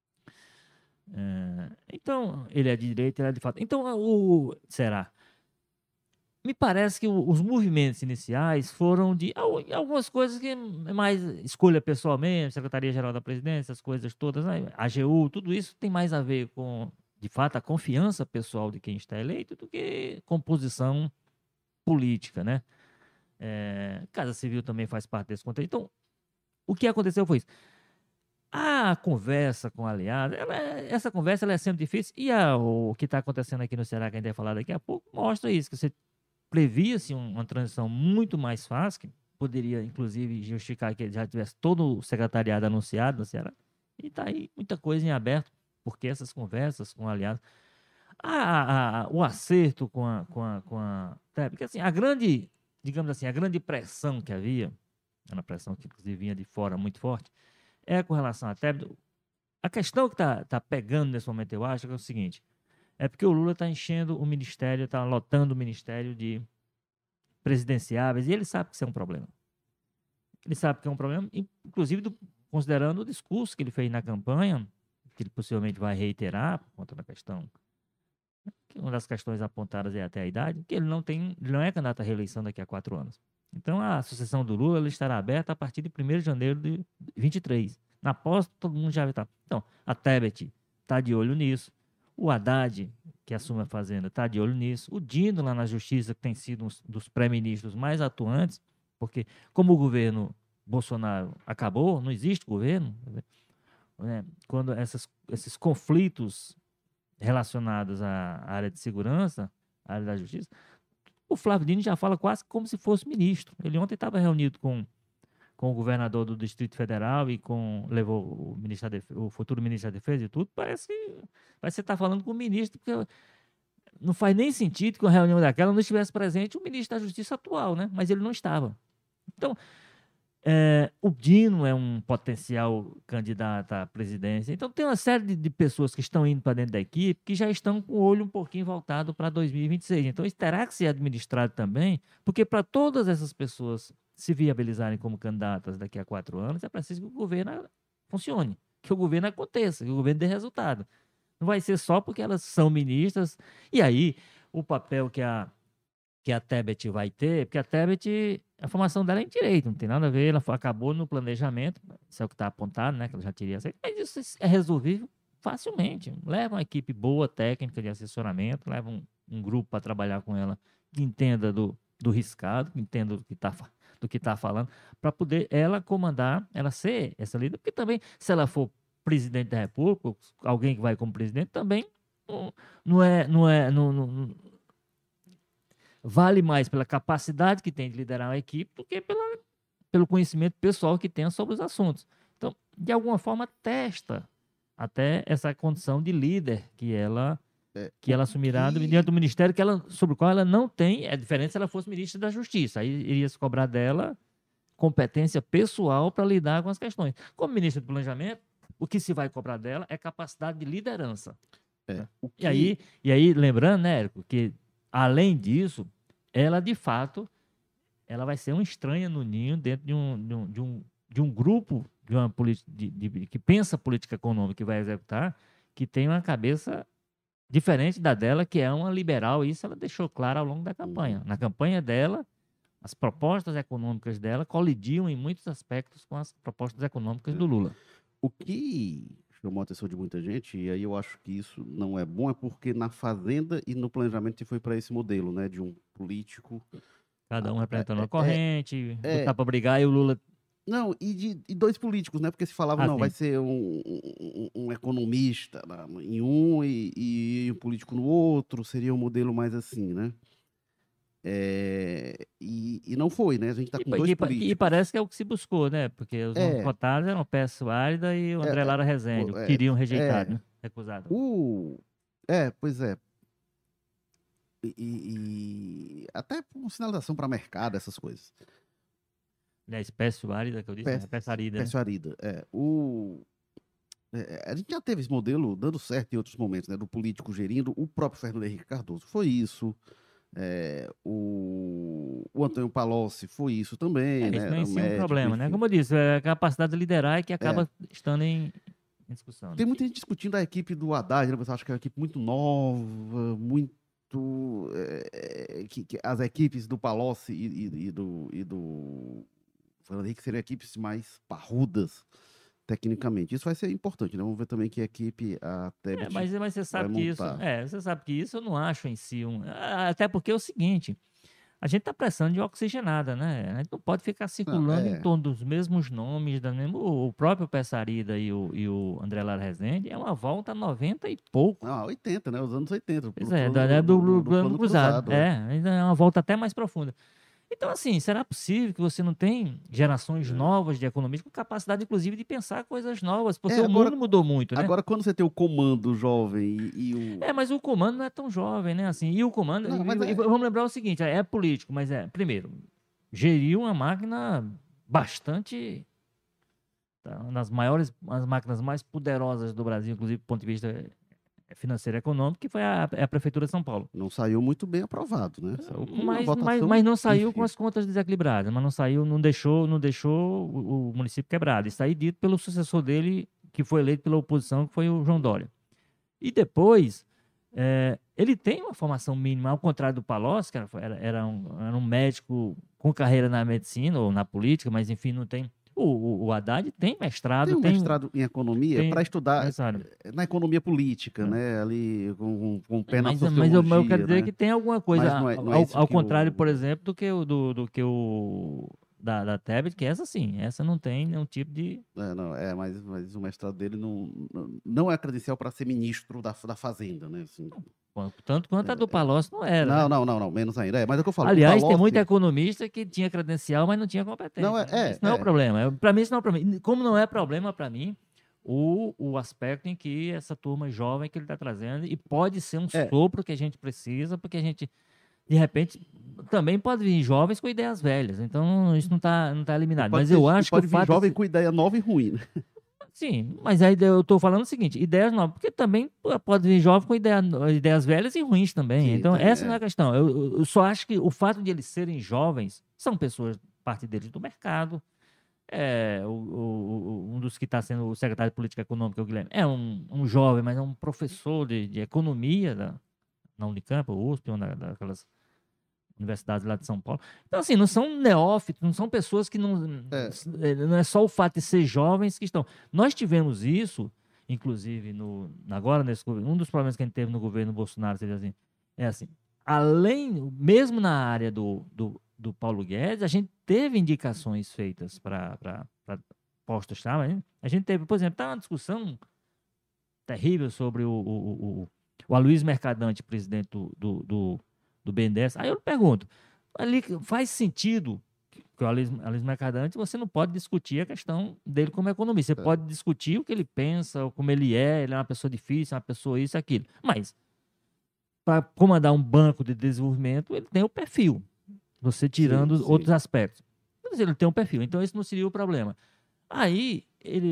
Então, ele é de direita, ele é de fato. Então, será? Me parece que os movimentos iniciais foram de algumas coisas que é mais escolha pessoal mesmo, Secretaria-Geral da Presidência, as coisas todas, né? AGU, tudo isso tem mais a ver com, de fato, a confiança pessoal de quem está eleito do que composição política, né? Casa Civil também faz parte desse contexto. Então, o que aconteceu foi isso. A conversa com o aliado, essa conversa ela é sempre difícil, e o que está acontecendo aqui no Ceará, que a gente vai falar daqui a pouco, mostra isso, que você previa-se uma transição muito mais fácil, que poderia, inclusive, justificar que ele já tivesse todo o secretariado anunciado no Ceará. E está aí muita coisa em aberto, porque essas conversas com aliados. O acerto porque assim, digamos assim, a grande pressão que havia, era uma pressão que inclusive vinha de fora muito forte, é com relação à Tebet. A questão que está pegando nesse momento, eu acho, é o seguinte: é porque o Lula está enchendo o ministério, está lotando o ministério de presidenciáveis, e ele sabe que isso é um problema. Ele sabe que é um problema, inclusive considerando o discurso que ele fez na campanha, que ele possivelmente vai reiterar por conta da questão, que uma das questões apontadas é até a idade, que ele não é candidato à reeleição daqui a 4 anos. Então a sucessão do Lula ela estará aberta a partir de 1º de janeiro de 23. Na posse, todo mundo já está. Então, a Tebet está de olho nisso. O Haddad, que assume a Fazenda, está de olho nisso. O Dino, lá na Justiça, que tem sido um dos pré-ministros mais atuantes, porque como o governo Bolsonaro acabou, não existe governo, né? Quando esses conflitos relacionados à área de segurança, à área da justiça, o Flávio Dino já fala quase como se fosse ministro. Ele ontem estava reunido com o governador do Distrito Federal e levou o futuro ministro da Defesa e tudo. Parece que você está falando com o ministro, porque não faz nem sentido que uma reunião daquela não estivesse presente o ministro da Justiça atual, né? Mas ele não estava. Então, o Dino é um potencial candidato à presidência. Então, tem uma série de pessoas que estão indo para dentro da equipe que já estão com o olho um pouquinho voltado para 2026. Então, isso terá que ser administrado também, porque para todas essas pessoas se viabilizarem como candidatas daqui a 4 anos, é preciso que o governo funcione, que o governo aconteça, que o governo dê resultado. Não vai ser só porque elas são ministras. E aí, o papel que a Tebet vai ter, porque a Tebet, a formação dela é em direito, não tem nada a ver, ela acabou no planejamento, isso é o que está apontado, né, que ela já teria aceito, mas isso é resolvível facilmente. Leva uma equipe boa, técnica de assessoramento, leva um grupo para trabalhar com ela, que entenda do riscado, que entenda do que está falando, para poder ela comandar, ela ser essa líder, porque também, se ela for presidente da República, alguém que vai como presidente, também não vale mais pela capacidade que tem de liderar uma equipe do que pelo conhecimento pessoal que tenha sobre os assuntos. Então, de alguma forma, testa até essa condição de líder que ela que
o
ela assumirá
que...
diante do ministério sobre o qual ela não tem, é diferente se ela fosse ministra da Justiça, aí iria se cobrar dela competência pessoal para lidar com as questões. Como ministra do Planejamento, o que se vai cobrar dela é capacidade de liderança.
É,
Né?
o
E
que...
aí, lembrando, né, Érico, que além disso, ela de fato, ela vai ser uma estranha no ninho dentro de um grupo que pensa política econômica e vai executar, que tem uma cabeça diferente da dela, que é uma liberal. Isso ela deixou claro ao longo da campanha.
Uhum.
Na campanha dela, as propostas econômicas dela colidiam em muitos aspectos com as propostas econômicas do Lula.
O que chamou a atenção de muita gente, e aí eu acho que isso não é bom, é porque na Fazenda e no planejamento se foi para esse modelo, né, de um político.
Cada um representando uma
É,
corrente,
é,
botar para brigar e o Lula.
não, e dois políticos, né? Porque se falava, não, vai
Assim,
ser um economista em um e um político no outro, seria um modelo mais assim, né? E não foi, né? A gente está com dois
e
políticos.
parece que é o que se buscou, né? Porque os nomes
É,
votados eram o Pécio Árida e o André
é,
Lara Rezende, o que
é,
queriam rejeitado,
é,
né? Recusado.
pois é. Até por sinalização para mercado, essas coisas.
Aliás, Pécio Árida, que eu disse, né? Pécio Árida, né?
Pécio Arida. A gente já teve esse modelo dando certo em outros momentos, né? Do político gerindo, o próprio Fernando Henrique Cardoso foi isso. O Antônio Palocci foi isso também,
Isso
né?
não é
Era
em si um
médico,
problema, né?
enfim.
Como eu disse, é a capacidade de liderar e que
É.
acaba estando em discussão.
Tem
Né?
muita gente discutindo a equipe do Haddad, né? Você acha que é uma equipe muito nova, muito. Que as equipes do Palocci e do Fernando Henrique seriam equipes mais parrudas, tecnicamente. Isso vai ser importante, né? Vamos ver também que equipe a Tebet
Mas você
vai
sabe que isso,
montar.
você sabe que isso eu não acho em si até porque é o seguinte, a gente está precisando de oxigenada, né? A gente não pode ficar
Não,
circulando em torno dos mesmos nomes, o próprio Pessarida e o André Lara Rezende é uma volta a 90 e pouco.
não, 80, né? Os anos 80,
Pois
do
é,
plano, do,
do
do- do
plano
plano
cruzado.
cruzado.
Ainda é uma volta até mais profunda. Então, assim, será possível que você não tem gerações novas de economistas com capacidade, inclusive, de pensar coisas novas? Porque o
Agora,
mundo mudou muito, né?
agora, quando você tem o comando jovem e o.
Mas o comando não é tão jovem, né? Assim, e o comando,
Não, mas
e vamos lembrar o seguinte, é político, mas primeiro, geriu uma máquina bastante, tá, uma das maiores, as máquinas mais poderosas do Brasil, inclusive do ponto de vista financeiro e econômico, que foi a Prefeitura de São Paulo.
Não saiu muito bem aprovado, né? Saiu com uma
Mas
votação
não saiu com
pífia.
as contas desequilibradas, mas não saiu, não deixou o município quebrado. Isso aí dito pelo sucessor dele, que foi eleito pela oposição, que foi o João Dória. E depois, ele tem uma formação mínima, ao contrário do Palocci, que era um médico com carreira na medicina ou na política, mas enfim, não tem. O Haddad tem mestrado,
Tem um mestrado em economia para estudar
mestrado.
na economia política,
Né?
né? Ali com o pé na
Mas eu quero
sociologia,
dizer
né?
que tem alguma
Mas
coisa,
não é isso
ao
que
contrário, por
o.
exemplo, do que o da Tebet, que essa sim, essa não tem nenhum tipo de.
Não, mas o mestrado dele não é credencial para ser ministro da Fazenda, né? Assim,
Tanto quanto a do Palocci não era,
não,
né?
não, não, não, menos ainda. Mas é o que eu falo, o
Aliás, tem muito
Palocci.
economista que tinha credencial, mas não tinha
Não,
competência. Né? Isso não é o problema. Para mim, isso não é o problema. Como não é problema para mim o aspecto em que essa turma jovem que ele está trazendo, e pode ser um sopro que a gente precisa, porque a gente, de repente, também pode vir jovens com ideias velhas. Então, isso não tá eliminado. Mas eu acho que o
pode vir
fato
jovem com ideia nova e ruim, né?
Sim, mas aí eu estou falando o seguinte, ideias novas, porque também pode vir jovem com ideias velhas e ruins também.
Sim,
Então,
tem,
essa não é a questão. Eu só acho que o fato de eles serem jovens, são pessoas, parte deles do mercado. Um dos que está sendo o secretário de Política Econômica, o Guilherme, é um jovem, mas é um professor de economia na Unicamp, ou USP, uma daquelas universidades lá de São Paulo. Então, assim, não são neófitos, não são pessoas que não é só o fato de ser jovens que estão. Nós tivemos isso, inclusive, agora, nesse governo, um dos problemas que a gente teve no governo Bolsonaro, assim, mesmo na área do Paulo Guedes, a gente teve indicações feitas para postos, tá? A gente teve, por exemplo, tá uma discussão terrível sobre o Aloysio Mercadante, presidente do BNDES. Aí eu pergunto, ali faz sentido que o Aloysio Mercadante, você não pode discutir a questão dele como economista. Você pode discutir o que ele pensa, como ele é uma pessoa difícil, uma pessoa isso, aquilo. Mas para comandar um banco de desenvolvimento, ele tem o perfil. Você tirando
Sim,
outros
sim.
aspectos. Mas ele tem um perfil, então esse não seria o problema. Aí,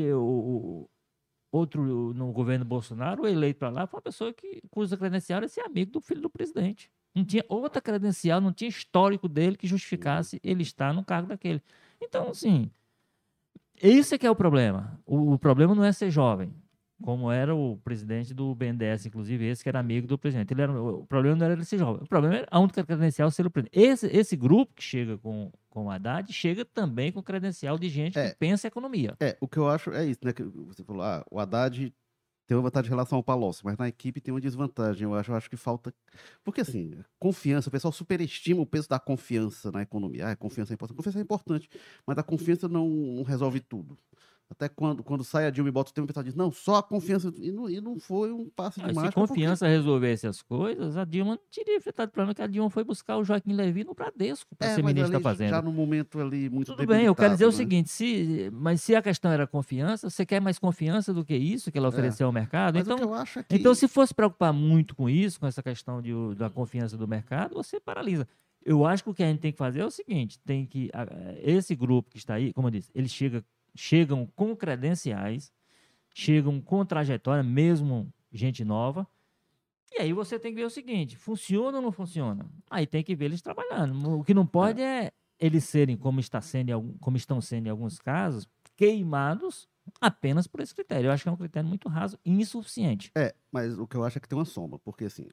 outro no governo Bolsonaro, o eleito para lá, foi uma pessoa cuja credencial era ser amigo do filho do presidente. Não tinha outra credencial, não tinha histórico dele que justificasse ele estar no cargo daquele. Então, assim, esse é que é o problema. O problema não é ser jovem, como era o presidente do BNDES, inclusive, esse que era amigo do presidente. O problema não era ele ser jovem, o problema era a única credencial ser o presidente. Esse grupo que chega com o Haddad, chega também com credencial de gente que pensa em economia.
O que eu acho é isso, né? Que você falou, o Haddad tem uma vantagem em relação ao Palocci, mas na equipe tem uma desvantagem. Eu acho que falta. Porque, assim, confiança, o pessoal superestima o peso da confiança na economia. Confiança é importante. Confiança é importante, mas a confiança não resolve tudo. Até quando sai a Dilma e bota o tema, o pessoal diz, não, só a confiança. E não foi um passe de mágica.
Se confiança resolvesse as coisas, a Dilma não teria enfrentado o problema, que a Dilma foi buscar o Joaquim Levy no Bradesco para ser ministro da Fazenda.
Já no momento ali muito
Tudo bem, eu quero dizer o
né?
seguinte, mas se a questão era confiança, você quer mais confiança do que isso que ela ofereceu ao mercado?
Mas
Então,
o que eu acho é que...
então, se fosse preocupar muito com isso, com essa questão da confiança do mercado, você paralisa. Eu acho que o que a gente tem que fazer é o seguinte, esse grupo que está aí, como eu disse, eles chegam com credenciais, chegam com trajetória, mesmo gente nova, e aí você tem que ver o seguinte, funciona ou não funciona? Aí tem que ver eles trabalhando. O que não pode é eles serem, como estão sendo em alguns casos, queimados apenas por esse critério. Eu acho que é um critério muito raso e insuficiente.
Mas o que eu acho é que tem uma sombra, porque assim,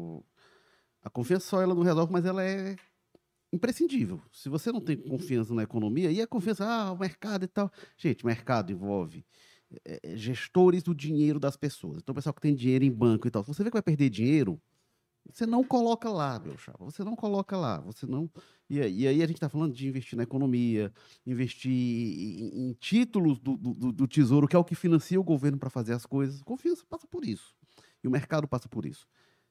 a confiança só ela não resolve, mas ela é imprescindível. Se você não tem confiança na economia, e a confiança, o mercado e tal. Gente, mercado envolve gestores do dinheiro das pessoas. Então, o pessoal que tem dinheiro em banco e tal. Se você vê que vai perder dinheiro, você não coloca lá, meu chapa. Você não coloca lá. Você não. E aí a gente está falando de investir na economia, investir em títulos do Tesouro, que é o que financia o governo para fazer as coisas. Confiança passa por isso. E o mercado passa por isso.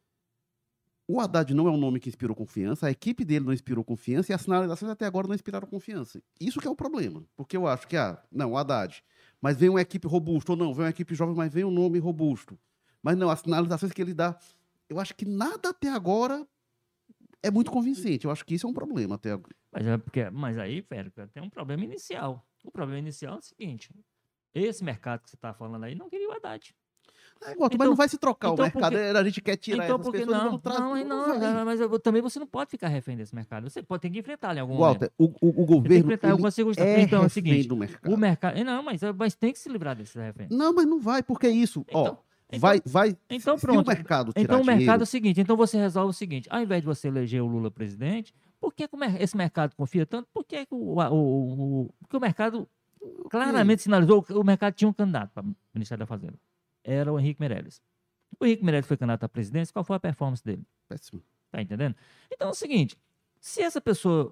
O Haddad não é um nome que inspirou confiança, a equipe dele não inspirou confiança e as sinalizações até agora não inspiraram confiança. Isso que é o problema. Porque eu acho que, não, o Haddad, mas vem uma equipe robusta, ou não, vem uma equipe jovem, mas vem um nome robusto. Mas não, as sinalizações que ele dá, eu acho que nada até agora é muito convincente. Eu acho que isso é um problema até agora.
Mas aí, Férico, tem um problema inicial. O problema inicial é o seguinte, esse mercado que você está falando aí não queria o Haddad.
Mas não vai se trocar o mercado, a gente quer tirar essas pessoas e vamos trazer.
Mas também você não pode ficar refém desse mercado. Você pode ter que enfrentar em algum
Walter,
momento.
O governo
Então, é o seguinte,
do mercado.
O mercado. Não, mas tem que se livrar desse refém.
Não, mas não vai, porque é isso.
Então,
pronto. Se o mercado tirar
então o mercado
dinheiro...
é o seguinte, então você resolve o seguinte, ao invés de você eleger o Lula presidente, por que esse mercado confia tanto? Por que porque o mercado claramente sinalizou que o mercado tinha um candidato para o Ministério da Fazenda. Era o Henrique Meirelles. O Henrique Meirelles foi candidato à presidência, qual foi a performance dele?
Péssimo.
Tá entendendo? Então é o seguinte, se essa pessoa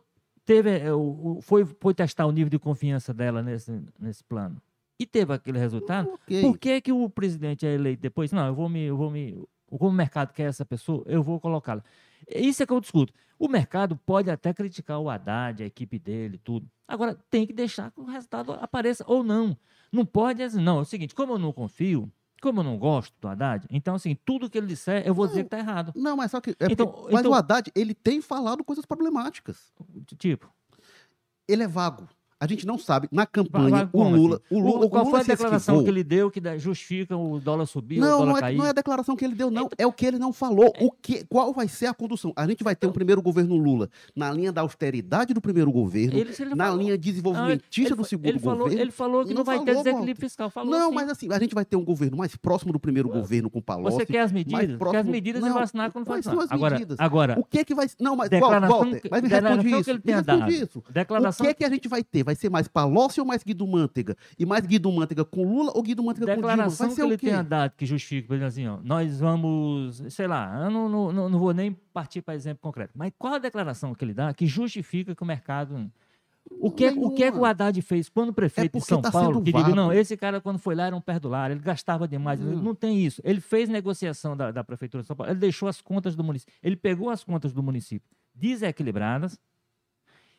foi testar o nível de confiança dela nesse plano e teve aquele resultado, por que o presidente é eleito depois? Não, como o mercado quer essa pessoa, eu vou colocá-la. Isso é que eu discuto. O mercado pode até criticar o Haddad, a equipe dele, tudo. Agora, tem que deixar que o resultado apareça ou não. Não pode dizer, não, é o seguinte, como eu não confio, como eu não gosto do Haddad, então, assim, tudo que ele disser, eu vou dizer que está errado.
Não, mas só que... Mas o Haddad, ele tem falado coisas problemáticas.
Tipo?
Ele é vago. A gente não sabe. Na campanha, o Lula...
Assim? Qual foi a declaração que ele deu que justifica o dólar subir, o dólar cair?
Não é a declaração que ele deu, não. É o que ele não falou. Qual vai ser a condução? A gente vai ter um primeiro governo Lula na linha da austeridade do primeiro governo, na linha desenvolvimentista do segundo governo.
Ele falou que não vai ter desequilíbrio fiscal.
Não, mas assim, a gente vai ter um governo mais próximo do primeiro governo com o Palocci.
Você quer as medidas? Quer as medidas e vacinar quando for vacinar.
Agora, o que vai... Não, mas, Walter, mas me responde isso. O que a gente vai ter? Vai ser mais Palocci ou mais Guido Mantega? E mais Guido Mantega com Lula ou Guido Mantega com Dilma?
Declaração que ele tenha dado que justifique, por exemplo, assim, ó, nós vamos, sei lá, eu não vou nem partir para exemplo concreto, mas qual a declaração que ele dá que justifica que o mercado... O que é que o Haddad fez quando o prefeito de São Paulo, que diga, não, esse cara quando foi lá era um perdulário, ele gastava demais, não tem isso. Ele fez negociação da Prefeitura de São Paulo, ele deixou as contas do município, ele pegou as contas do município desequilibradas,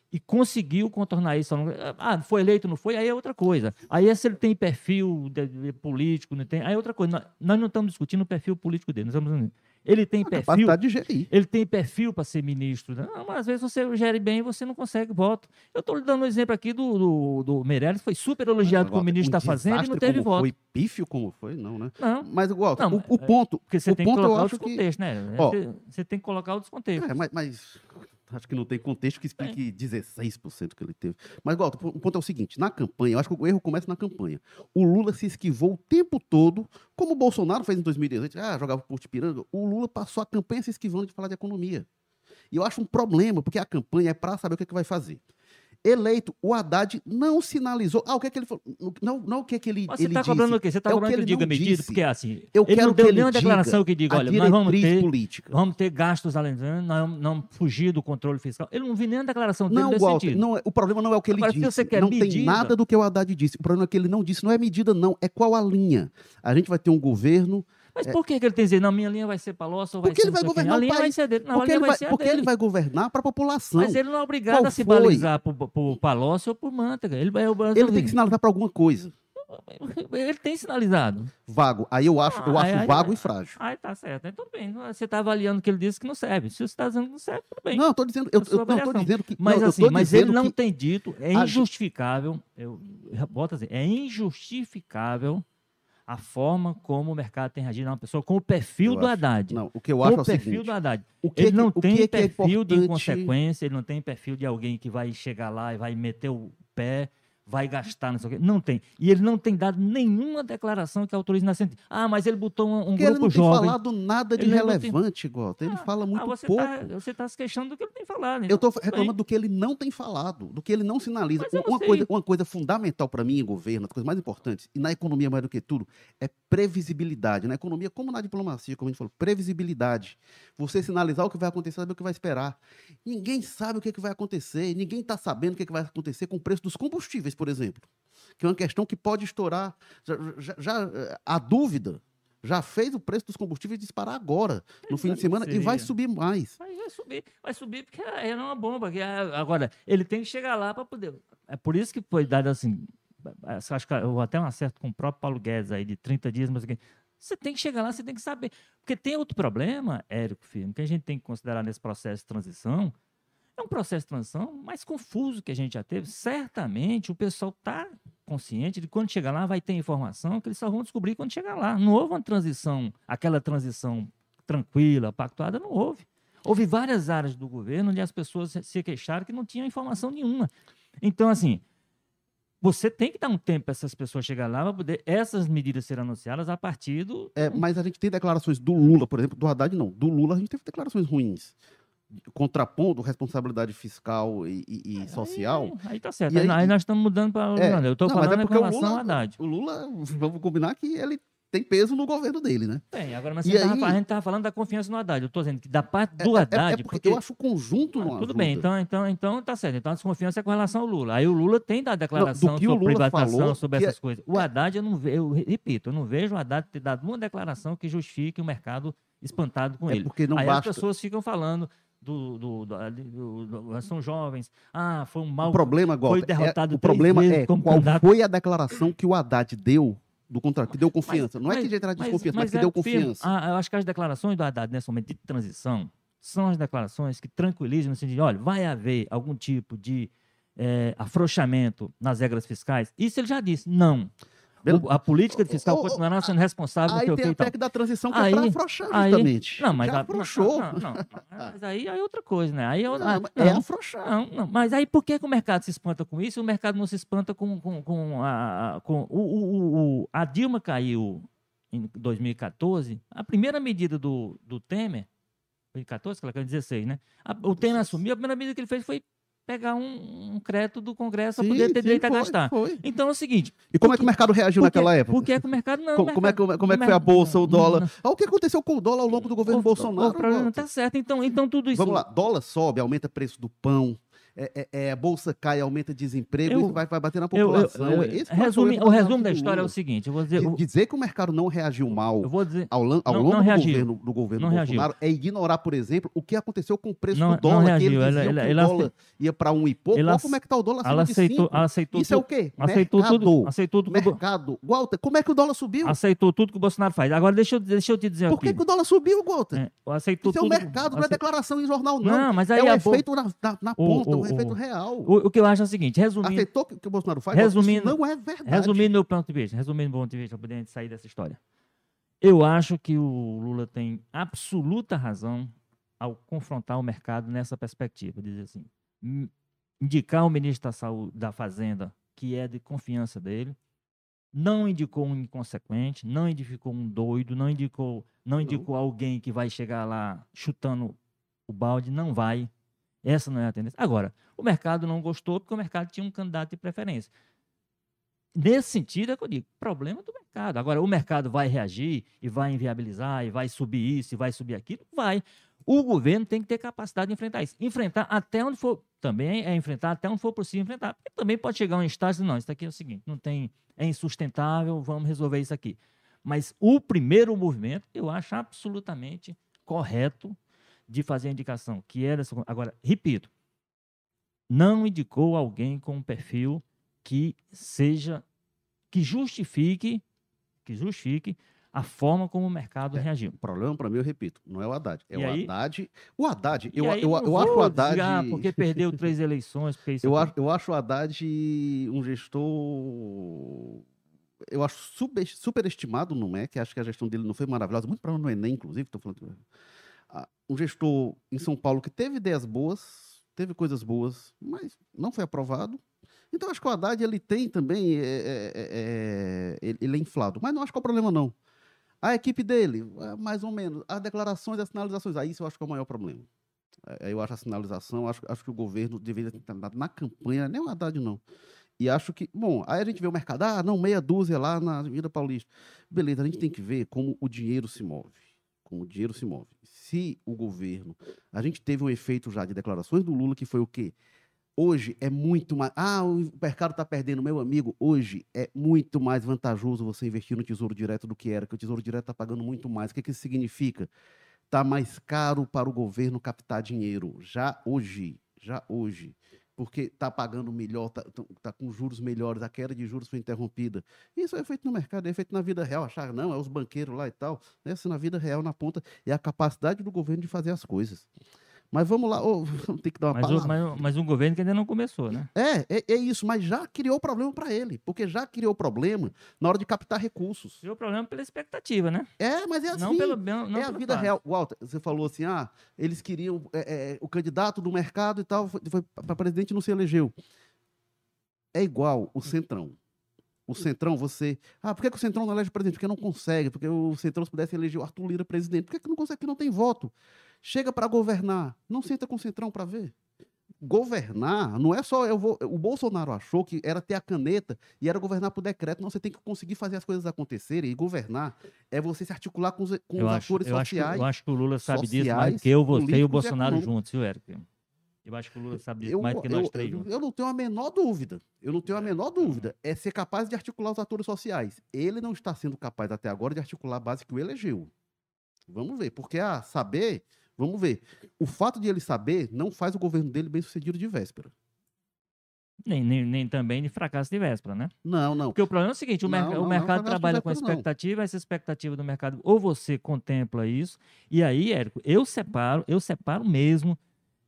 e conseguiu contornar isso. Ah, foi eleito, não foi? Aí é outra coisa. Aí se ele tem perfil político, não tem, aí é outra coisa. Nós não estamos discutindo o perfil político dele. Ele tem perfil.
Capacidade de gerir.
Ele tem perfil para ser ministro. Não, mas às vezes você gere bem e você não consegue voto. Eu estou lhe dando um exemplo aqui do Meirelles, foi super elogiado como o ministro está fazendo e não teve voto.
Foi pífio como foi? Não, né?
Não.
Mas, Walter, o ponto...
Porque você tem que colocar outros
que...
contextos, né? Você tem que colocar outros contextos.
Mas acho que não tem contexto que explique 16% que ele teve. Mas, Walter, o ponto é o seguinte, na campanha, eu acho que o erro começa na campanha. O Lula se esquivou o tempo todo, como o Bolsonaro fez em 2018, jogava por Tipiranga, o Lula passou a campanha se esquivando de falar de economia. E eu acho um problema, porque a campanha é para saber o que, é que vai fazer. Eleito, o Haddad não sinalizou. O que é que ele falou? Não o que é que ele
Mas
disse.
Você está cobrando o quê? Você está cobrando que ele diga medida? Porque assim,
eu
ele
quero
não deu
que
nenhuma
ele
declaração que diga, olha, nós vamos ter gastos além, não fugir do controle fiscal. Ele não viu nenhuma declaração dele nesse sentido.
Não, o problema não é o que ele
Agora,
disse.
Se você quer
não
medida,
tem nada do que o Haddad disse. O problema é que ele não disse. Não é medida, não. É qual a linha. A gente vai ter um governo...
Mas por que ele tem que dizer, não, minha linha vai ser Palocci ou vai ser...
Porque ele vai governar o país.
Vai ser dele. Não,
porque ele vai governar para a população.
Mas ele não é obrigado a se balizar por Palocci ou por Manteiga. Ele
tem que sinalizar para alguma coisa.
Ele tem sinalizado.
Vago. Aí eu acho vago e frágil.
Aí tá certo. Então, bem, você está avaliando o que ele disse que não serve. Se você está dizendo que não serve, tudo bem.
Não, estou dizendo, eu estou dizendo que...
Mas ele não tem dito, é injustificável, é injustificável a forma como o mercado tem reagido a uma pessoa com o perfil do Haddad.
Não, o que eu acho é o seguinte...
O perfil do Haddad. Ele não tem perfil de inconsequência, ele não tem perfil de alguém que vai chegar lá e vai meter o pé, vai gastar, não sei o quê. Não tem. E ele não tem dado nenhuma declaração que autorize na sentença. Mas ele botou um grupo jovem.
Ele não tem falado nada de relevante, Gota. Ele fala muito pouco.
Você está se queixando do que ele tem falado. Então,
eu estou reclamando do que ele não tem falado, do que ele não sinaliza. Uma coisa fundamental para mim em governo, as coisas mais importantes, e na economia mais do que tudo, é previsibilidade. Na economia, como na diplomacia, como a gente falou, previsibilidade. Você sinalizar o que vai acontecer, saber o que vai esperar. Ninguém sabe o que vai acontecer, ninguém está sabendo o que vai acontecer com o preço dos combustíveis, por exemplo, que é uma questão que pode estourar. A dúvida já fez o preço dos combustíveis disparar agora, no fim de semana, e vai subir mais.
Vai subir porque é uma bomba. Agora, ele tem que chegar lá para poder... É por isso que foi dado assim, acho que eu até um acerto com o próprio Paulo Guedes aí, de 30 dias, mas você tem que chegar lá, você tem que saber. Porque tem outro problema, Érico Firmo, que a gente tem que considerar nesse processo de transição. É um processo de transição mais confuso que a gente já teve. Certamente o pessoal está consciente de que quando chegar lá vai ter informação que eles só vão descobrir quando chegar lá. Não houve uma transição, aquela transição tranquila, pactuada, não houve. Houve várias áreas do governo onde as pessoas se queixaram que não tinham informação nenhuma. Então, assim, você tem que dar um tempo para essas pessoas chegarem lá para poder essas medidas serem anunciadas a partir do...
Mas a gente tem declarações do Lula, por exemplo, do Haddad não. Do Lula a gente teve declarações ruins. Contrapondo responsabilidade fiscal e social.
Aí tá certo. Aí nós estamos mudando para... eu estou falando com relação ao Haddad.
O Lula, vamos combinar que ele tem peso no governo dele, né?
Tem, agora mas a gente estava falando da confiança no Haddad. Eu estou dizendo que da parte do Haddad...
porque eu acho o conjunto não
tudo
ajuda.
bem, então tá certo. Então a desconfiança é com relação ao Lula. Aí o Lula tem dado declaração sobre privatização, sobre essas coisas. O Haddad, eu repito, eu não vejo o Haddad ter dado uma declaração que justifique o mercado espantado com ele.
Porque não
aí
basta...
as pessoas ficam falando... são jovens, foi um mal,
o problema,
foi derrotado
o problema
vezes
qual foi a declaração que o Haddad deu do contrato, que deu confiança. Não é que era desconfiança, mas que deu confiança.
Eu acho que as declarações do Haddad nesse momento de transição são as declarações que tranquilizam no sentido de, olha, vai haver algum tipo de afrouxamento nas regras fiscais. Isso ele já disse, não. A política fiscal continuará sendo responsável
pelo que
tem
a PEC da transição que é para afrouxar, justamente.
Não, mas
afrouxou.
Mas aí é outra coisa, né? Aí
afrouxar.
Não, mas aí por que o mercado se espanta com isso e o mercado não se espanta com a Dilma caiu em 2014, a primeira medida do Temer, foi em 14, que ela caiu em 16, né? O Temer assumiu, a primeira medida que ele fez foi pegar um crédito do Congresso para poder ter direito a gastar. Então é o seguinte...
E como é que o mercado reagiu naquela época?
Por que o mercado não...
Como é que foi a Bolsa, o dólar? O que aconteceu com o dólar ao longo do governo Bolsonaro?
O problema não está certo. Então tudo isso...
Vamos lá, dólar sobe, aumenta o preço do pão, a bolsa cai, aumenta desemprego, isso vai bater na população.
O resumo da história é o seguinte, eu vou dizer...
Dizer que o mercado não reagiu mal
eu vou dizer,
ao longo do governo Bolsonaro é ignorar, por exemplo, o que aconteceu com o preço do dólar,
reagiu.
que eles diziam que o dólar ia para 1 e pouco. Olha como é que está o dólar acima de 5. Isso é o quê?
Aceitou tudo.
Mercado. Walter, como é que o dólar subiu?
Aceitou tudo que o Bolsonaro faz. Agora, deixa eu te dizer
Por que o dólar subiu, Walter?
Aceitou
isso é o mercado, não é declaração em jornal, não.
Não, mas aí
é o efeito na ponta, o efeito real.
O que eu acho é o seguinte, resumindo...
Aceitou o que o Bolsonaro faz?
Isso
não é verdade.
Resumindo meu ponto de vista, para poder sair dessa história. Eu acho que o Lula tem absoluta razão ao confrontar o mercado nessa perspectiva. Dizer assim, indicar o ministro da Fazenda, que é de confiança dele, não indicou um inconsequente, não indicou um doido, não indicou alguém que vai chegar lá chutando o balde, não vai. Essa não é a tendência. Agora, o mercado não gostou porque o mercado tinha um candidato de preferência. Nesse sentido, é que eu digo, problema do mercado. Agora, o mercado vai reagir e vai inviabilizar, e vai subir isso, e vai subir aquilo? Vai. O governo tem que ter capacidade de enfrentar isso. Enfrentar até onde for, também é enfrentar até onde for possível enfrentar. Porque também pode chegar um estágio de, não, isso aqui é o seguinte, é insustentável, vamos resolver isso aqui. Mas o primeiro movimento, eu acho absolutamente correto de fazer a indicação, que era... Agora, repito, não indicou alguém com um perfil que justifique a forma como o mercado reagiu.
O problema, para mim, eu repito, não é o Haddad. É o Haddad. O Haddad,
eu acho o Haddad... porque perdeu 3 eleições, porque isso
eu acho o Haddad um gestor... Eu acho superestimado no MEC, acho que a gestão dele não foi maravilhosa, muito problema no Enem, inclusive, estou falando... Um gestor em São Paulo que teve ideias boas, teve coisas boas, mas não foi aprovado. Então, acho que o Haddad, ele tem também, ele é inflado, mas não acho que é o problema, não. A equipe dele, mais ou menos, as declarações e as sinalizações, aí isso eu acho que é o maior problema. Eu acho a sinalização, acho que o governo deveria ter na campanha, nem o Haddad, não. E acho que, bom, aí a gente vê o mercado, não, meia dúzia lá na Avenida Paulista. Beleza, a gente tem que ver como o dinheiro se move. Se o governo... A gente teve um efeito já de declarações do Lula, que foi o quê? Hoje é muito mais... o mercado está perdendo. Meu amigo, hoje é muito mais vantajoso você investir no Tesouro Direto do que era, que o Tesouro Direto está pagando muito mais. O que isso significa? Está mais caro para o governo captar dinheiro, já hoje. Porque está pagando melhor, está com juros melhores, a queda de juros foi interrompida. Isso é feito no mercado, é feito na vida real. Achar, não, é os banqueiros lá e tal. Essa na vida real, na ponta, é a capacidade do governo de fazer as coisas. Mas vamos lá, tem que dar uma palavra.
Mas um governo que ainda não começou, né?
É isso, mas já criou problema para ele, porque já criou problema na hora de captar recursos.
Criou problema pela expectativa, né?
Mas é assim.
Não
a vida real. Walter, você falou assim, eles queriam o candidato do mercado e tal, foi para presidente e não se elegeu. É igual o Centrão. O Centrão, você... por que o Centrão não elege presidente? Porque não consegue. Porque o Centrão, se pudesse eleger o Arthur Lira presidente. Por que não consegue? Porque não tem voto. Chega para governar. Não senta com o Centrão para ver. Governar não é só... O Bolsonaro achou que era ter a caneta e era governar por decreto. Não, você tem que conseguir fazer as coisas acontecerem. E governar é você se articular com os atores sociais.
Eu acho que o Lula sabe disso mais do que você e o Bolsonaro juntos, viu, Érico? Eu acho que o Lula sabe disso mais do que nós três juntos.
Eu não tenho a menor dúvida. É ser capaz de articular os atores sociais. Ele não está sendo capaz até agora de articular a base que o elegeu. Vamos ver. Porque saber... Vamos ver. O fato de ele saber não faz o governo dele bem sucedido de véspera.
Nem também de fracasso de véspera, né?
Não.
Porque o problema é o seguinte, o mercado trabalha com expectativa, essa expectativa do mercado, ou você contempla isso, e aí, Érico, eu separo mesmo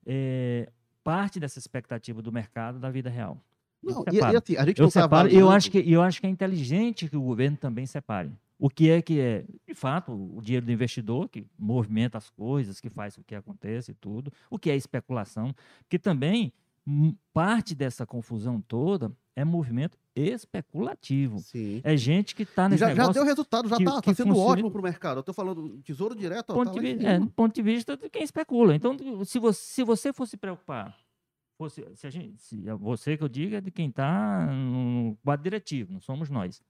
parte dessa expectativa do mercado da vida real.
Não, e assim, a gente
eu separo, eu acho que é inteligente que o governo também separe. O que é, de fato, o dinheiro do investidor, que movimenta as coisas, que faz o que acontece e tudo. O que é especulação, que também parte dessa confusão toda é movimento especulativo.
Sim.
É gente que está nesse negócio...
Já deu resultado, já está sendo ótimo para o mercado. Eu estou falando Tesouro Direto...
Do ponto de vista de quem especula. Então, se você fosse preocupar, você que eu digo é de quem está no quadro diretivo, não somos nós.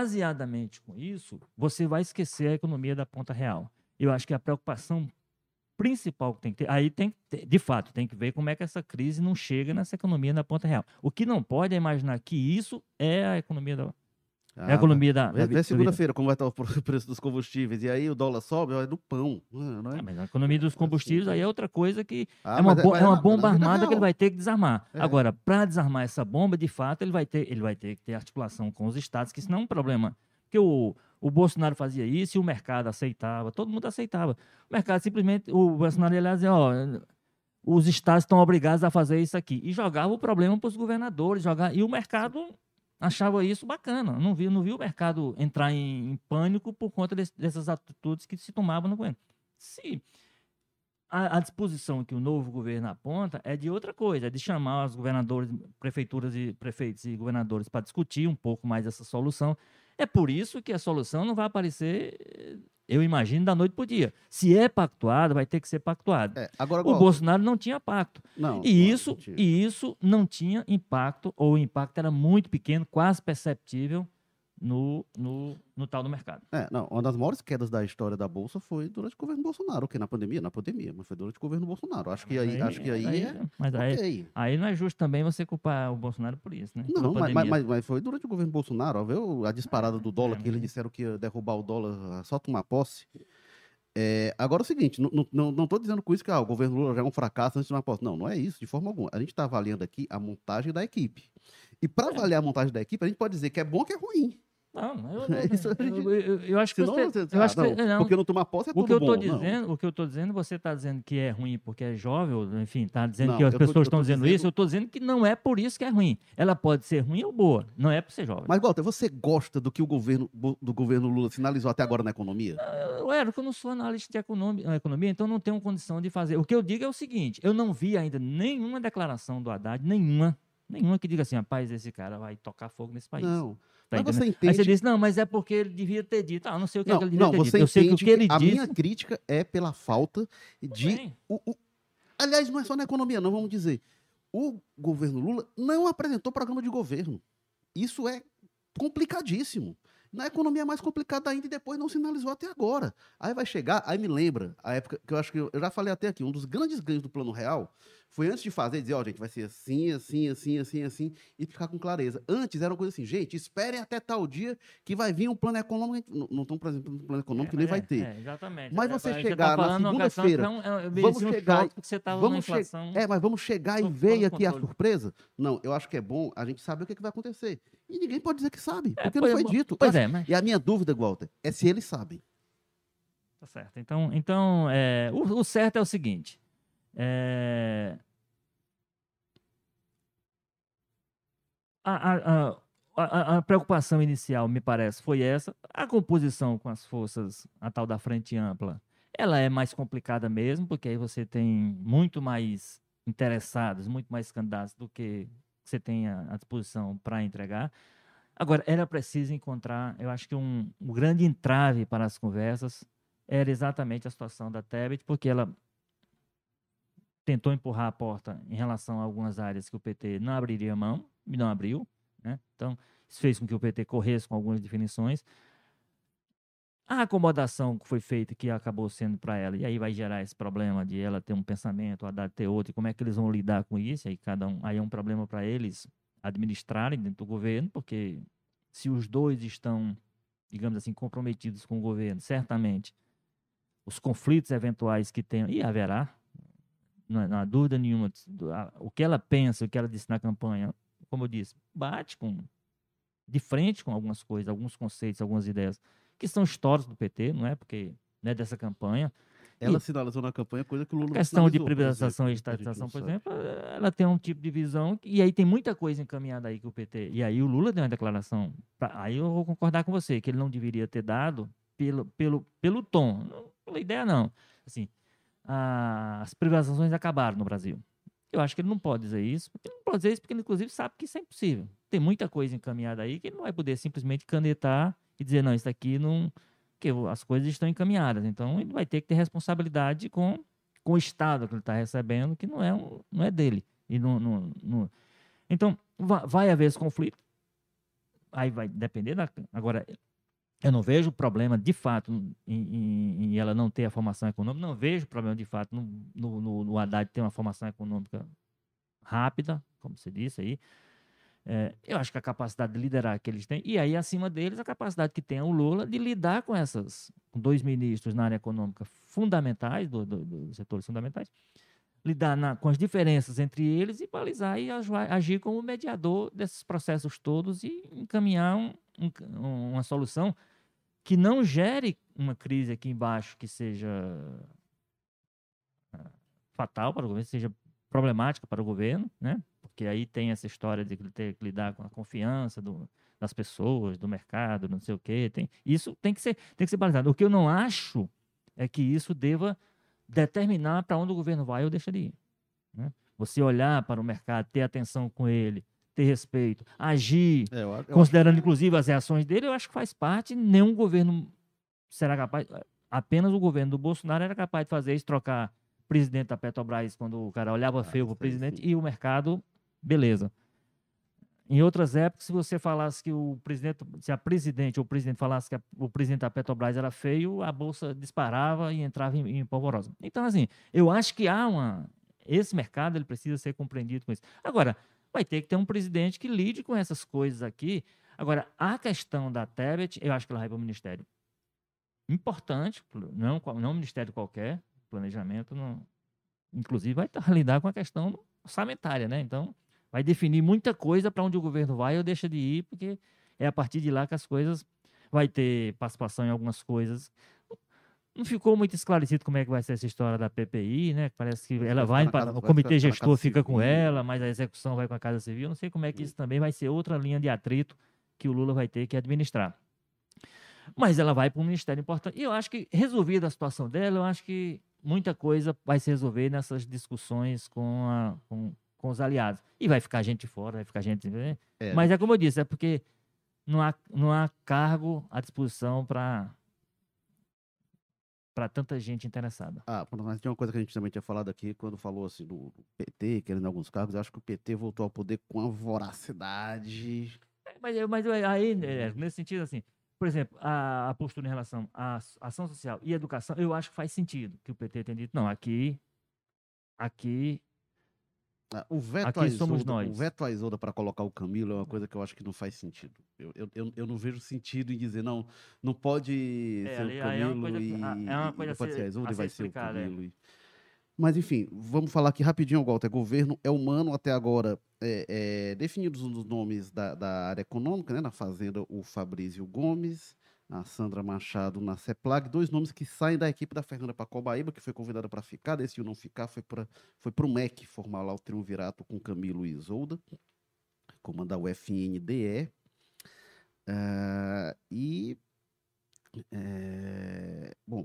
Demasiadamente com isso, você vai esquecer a economia da ponta real. Eu acho que a preocupação principal que tem que ter, aí tem que ter, de fato, tem que ver como é que essa crise não chega nessa economia na ponta real. O que não pode é imaginar que isso é a economia é a economia
Vê
do vida.
segunda-feira como vai estar o preço dos combustíveis. E aí o dólar sobe, vai do pão. Não é?
Mas a economia dos combustíveis
Assim,
aí é outra coisa que é
mas
é uma
na
bomba
vida
armada que ele
real.
vai ter que desarmar.
É.
Agora, para desarmar essa bomba, de fato, ele vai ter que ter articulação com os estados, que isso não é um problema. Porque o Bolsonaro fazia isso e o mercado aceitava, todo mundo aceitava. O mercado simplesmente, o Bolsonaro ia lá dizer, ó, os estados estão obrigados a fazer isso aqui. E jogava o problema para os governadores, e o mercado achava isso bacana. Não vi o mercado entrar em pânico por conta dessas atitudes que se tomavam no governo. Se a disposição que o novo governo aponta é de outra coisa, é de chamar os governadores, prefeituras e prefeitos e governadores para discutir um pouco mais essa solução. É por isso que a solução não vai aparecer, eu imagino, da noite para o dia. Se é pactuado, vai ter que ser pactuado.
Agora,
O Bolsonaro não tinha pacto.
Não,
E
não tinha.
isso não tinha impacto, ou o impacto era muito pequeno, quase perceptível no tal do mercado.
Não, uma das maiores quedas da história da Bolsa foi durante o governo Bolsonaro, que na pandemia, mas foi durante o governo Bolsonaro. Acho que aí
mas
ok.
aí não é justo também você culpar o Bolsonaro por isso, né?
Não, mas foi durante o governo Bolsonaro, ó, viu a disparada do dólar, que eles disseram que ia derrubar o dólar só tomar posse. Agora é o seguinte, não estou dizendo com isso que o governo Lula já é um fracasso antes de tomar posse. Não é isso, de forma alguma. A gente está avaliando aqui a montagem da equipe. E para avaliar a montagem da equipe, a gente pode dizer que é bom ou que é ruim.
Não,
eu acho que porque não tomar posse é tudo bom.
O que eu estou dizendo, você está dizendo que é ruim porque é jovem, enfim, está dizendo
Não,
que as pessoas estão dizendo isso, eu estou dizendo que não é por isso que é ruim. Ela pode ser ruim ou boa, não é por ser jovem.
Mas, Walter, você gosta do que o governo Lula sinalizou até agora na economia?
Eu não sou analista de economia, então não tenho condição de fazer. O que eu digo é o seguinte, eu não vi ainda nenhuma declaração do Haddad, nenhuma que diga assim, rapaz, esse cara vai tocar fogo nesse país.
Não.
Tá,
mas você entende...
Aí você diz, não, mas é porque ele devia ter dito. Não sei o que,
não,
é que ele devia ter dito.
Eu sei que o que ele
disse...
minha crítica é pela falta de... Aliás, não é só na economia, não, vamos dizer. O governo Lula não apresentou programa de governo. Isso é complicadíssimo. Na economia é mais complicado ainda e depois não sinalizou até agora. Aí vai chegar, aí me lembra a época que eu acho que eu já falei até aqui, um dos grandes ganhos do Plano Real foi antes de fazer, dizer, gente, vai ser assim, e ficar com clareza. Antes era uma coisa assim, gente, esperem até tal dia que vai vir um plano econômico. Não estão apresentando um plano econômico que nem vai ter.
Exatamente.
Mas você chegar na segunda-feira, vamos chegar e ver aqui a surpresa? Não, eu acho que é bom a gente saber o que vai acontecer. E ninguém pode dizer que sabe, porque não foi dito. E a minha dúvida, Walter, é se eles sabem.
Tá certo. Então o certo é o seguinte. A preocupação inicial, me parece, foi essa. A composição com as forças, a tal da frente ampla, ela é mais complicada mesmo, porque aí você tem muito mais interessados, muito mais candidatos do que você tem à disposição para entregar. Agora, era preciso encontrar, eu acho que um grande entrave para as conversas era exatamente a situação da Tebet, porque ela tentou empurrar a porta em relação a algumas áreas que o PT não abriria mão, e não abriu, né? Então, isso fez com que o PT corresse com algumas definições. A acomodação que foi feita, que acabou sendo para ela, e aí vai gerar esse problema de ela ter um pensamento, o Haddad ter outro, e como é que eles vão lidar com isso? Aí é um problema para eles administrarem dentro do governo, porque se os dois estão, digamos assim, comprometidos com o governo, certamente os conflitos eventuais que tenham, e haverá, não há dúvida nenhuma, o que ela pensa, o que ela disse na campanha, como eu disse, bate de frente com algumas coisas, alguns conceitos, algumas ideias, que são históricos do PT, não é porque não é dessa campanha.
Ela sinalizou na campanha coisa que o Lula
a questão de privatização e estatização, por exemplo, ela tem um tipo de visão, e aí tem muita coisa encaminhada aí que o PT, e aí o Lula deu uma declaração, aí eu vou concordar com você, que ele não deveria ter dado pelo tom, pela ideia não, assim, as privatizações acabaram no Brasil. Eu acho que ele não pode dizer isso, porque ele inclusive sabe que isso é impossível. Tem muita coisa encaminhada aí que ele não vai poder simplesmente canetar e dizer, não, isso aqui não... Porque as coisas estão encaminhadas. Então, ele vai ter que ter responsabilidade com o Estado que ele está recebendo, que não é dele. Então, vai haver esse conflito. Aí vai depender Agora, Eu não vejo problema, de fato, em ela não ter a formação econômica. Não vejo problema, de fato, no Haddad ter uma formação econômica rápida, como você disse aí. Eu acho que a capacidade de liderar que eles têm, e aí, acima deles, a capacidade que tem o Lula de lidar com dois ministros na área econômica fundamentais, dos setores fundamentais, lidar com as diferenças entre eles e balizar e agir como mediador desses processos todos e encaminhar uma solução que não gere uma crise aqui embaixo que seja fatal para o governo, seja problemática para o governo, né? Porque aí tem essa história de ter que lidar com a confiança das pessoas, do mercado, não sei o quê. Isso tem que ser balizado. O que eu não acho é que isso deva determinar para onde o governo vai ou deixa de ir, né? Você olhar para o mercado, ter atenção com ele, ter respeito, agir,
Eu acho que
considerando inclusive as reações dele, eu acho que faz parte. Nenhum governo será capaz. Apenas o governo do Bolsonaro era capaz de fazer isso, trocar presidente da Petrobras quando o cara olhava feio para o
isso aí
presidente
sim.
e o mercado, beleza. Em outras épocas, se você falasse que se a presidente ou o presidente falasse que o presidente da Petrobras era feio, a bolsa disparava e entrava em polvorosa. Então, assim, eu acho que esse mercado ele precisa ser compreendido com isso. Agora, vai ter que ter um presidente que lide com essas coisas aqui. Agora, a questão da Tebet, eu acho que ela vai para o ministério importante, não um ministério qualquer, planejamento, não, inclusive vai lidar com a questão orçamentária, né? Então, vai definir muita coisa para onde o governo vai ou deixa de ir, porque é a partir de lá que as coisas vai ter participação em algumas coisas. Não ficou muito esclarecido como é que vai ser essa história da PPI, né? Parece que ela vai para o comitê
Vai ficar na Casa
gestor fica com
Civil.
ela, mas a execução vai com a Casa Civil. Não sei como é que isso também vai ser outra linha de atrito que o Lula vai ter que administrar. Mas ela vai para um ministério importante. E eu acho que, resolvida a situação dela, eu acho que muita coisa vai se resolver nessas discussões com os aliados. E vai ficar gente fora, vai ficar gente, né? Mas é como eu disse, é porque não há cargo à disposição para tanta gente interessada.
Mas tem uma coisa que a gente também tinha falado aqui, quando falou assim do PT, querendo alguns cargos, eu acho que o PT voltou ao poder com a voracidade.
Mas aí, nesse sentido, assim, por exemplo, a postura em relação à ação social e educação, eu acho que faz sentido que o PT tenha dito, não, aqui somos
O
nós.
veto à Isolda para colocar o Camilo é uma coisa que eu acho que não faz sentido. Eu não vejo sentido em dizer, não, não pode ser o
Aí
Camilo
é uma
e
coisa
não pode ser a Isolda
a
e
ser
vai ser o
explicada.
Camilo. Mas, enfim, vamos falar aqui rapidinho, Walter. Governo é humano até agora. Definidos os nomes da área econômica, né? Na Fazenda, o Fabrício Gomes, a Sandra Machado na CEPLAG, dois nomes que saem da equipe da Fernanda Pacobaíba, que foi convidada para ficar, decidiu não ficar, foi para o MEC formar lá o triunvirato com Camilo e Isolda, comandar o FNDE. Bom,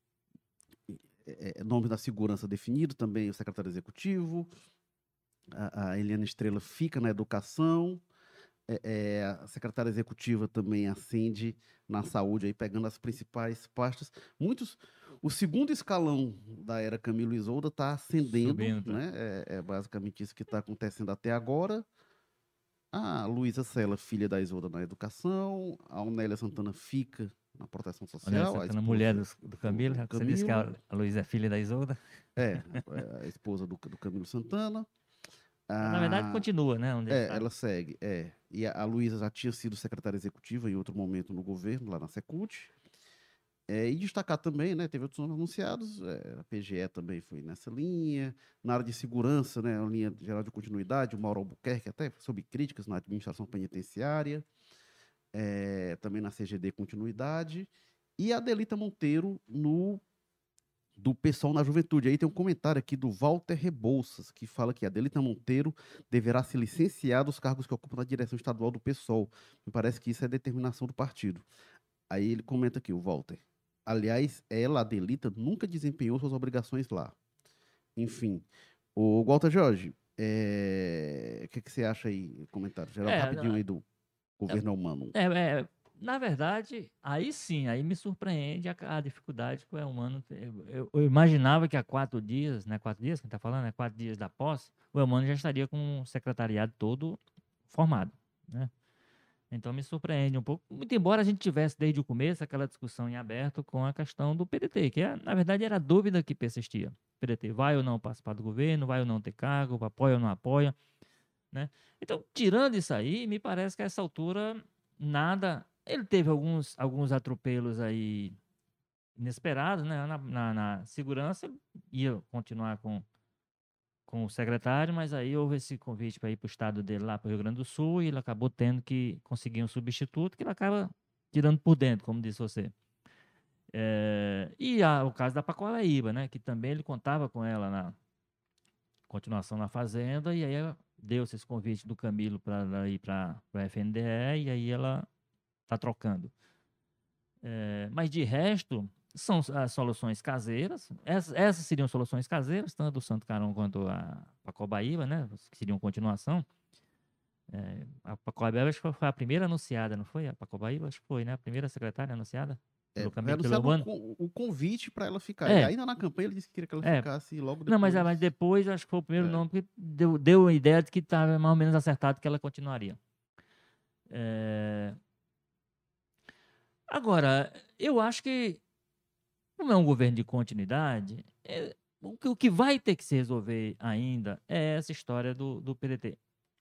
nome da segurança definido, também o secretário executivo, a Eliana Estrela fica na educação, a secretária executiva também ascende na saúde, aí pegando as principais pastas. O segundo escalão da era Camilo Isolda está ascendendo,
Subindo, tá?
né? É basicamente isso que está acontecendo até agora. A Luísa Sela, filha da Isolda, na educação. A Onélia Santana fica na proteção
Olha,
social, a
Santana, mulher
esposa
do Camilo, já que você disse que
Camilo.
a Luísa é filha da Isolda.
É, a esposa do Camilo Santana.
Na verdade,
Ah,
continua, né? Onde ele está.
ela segue, E a Luísa já tinha sido secretária executiva em outro momento no governo, lá na Secult. E destacar também, né, teve outros nomes anunciados, a PGE também foi nessa linha. Na área de segurança, né, a linha geral de continuidade, o Mauro Albuquerque, até sob críticas na administração penitenciária, também na CGD continuidade. E a Adelita Monteiro do PSOL na juventude. Aí tem um comentário aqui do Walter Rebouças, que fala que a Adelita Monteiro deverá se licenciar dos cargos que ocupa na direção estadual do PSOL. Me parece que isso é determinação do partido. Aí ele comenta aqui, o Walter. Aliás, ela, a Adelita, nunca desempenhou suas obrigações lá. Enfim. O Walter Jorge, o que você acha aí? Comentário geral, rapidinho aí do governo humano.
Na verdade, aí sim, aí me surpreende a dificuldade que o Elmano tem. Eu imaginava que há 4 dias, né? 4 dias que a gente está falando, né? 4 dias da posse, o Elmano já estaria com o secretariado todo formado, né? Então me surpreende um pouco, muito embora a gente tivesse desde o começo aquela discussão em aberto com a questão do PDT, que na verdade era a dúvida que persistia. O PDT vai ou não participar do governo, vai ou não ter cargo, apoia ou não apoia, né? Então, tirando isso aí, me parece que a essa altura nada. Ele teve alguns atropelos aí inesperados, né? Na segurança, ele ia continuar com o secretário, mas aí houve esse convite para ir para o estado dele, lá para o Rio Grande do Sul, e ele acabou tendo que conseguir um substituto que ele acaba tirando por dentro, como disse você. O caso da Pacoaraíba, né, que também ele contava com ela na continuação na Fazenda, e aí deu-se esse convite do Camilo para ir para a FNDE, e aí ela está trocando. Mas de resto, são as soluções caseiras. Essas seriam soluções caseiras, tanto do Santo Carão quanto a Pacobaíba, né? Que seriam continuação. A Pacobaíba acho que foi a primeira anunciada, não foi? A Pacobaíba acho que foi, né? A primeira secretária anunciada pelo
Foi
Camilo, pelo
anunciado
Eumano.
o convite para ela ficar. E
É,
ainda na campanha ele disse que queria que ela
é.
ficasse logo
Não, mas
depois.
depois acho que foi o primeiro
É,
nome que deu a ideia de que estava mais ou menos acertado que ela continuaria. Agora, eu acho que, como é um governo de continuidade, o que vai ter que se resolver ainda é essa história do PDT.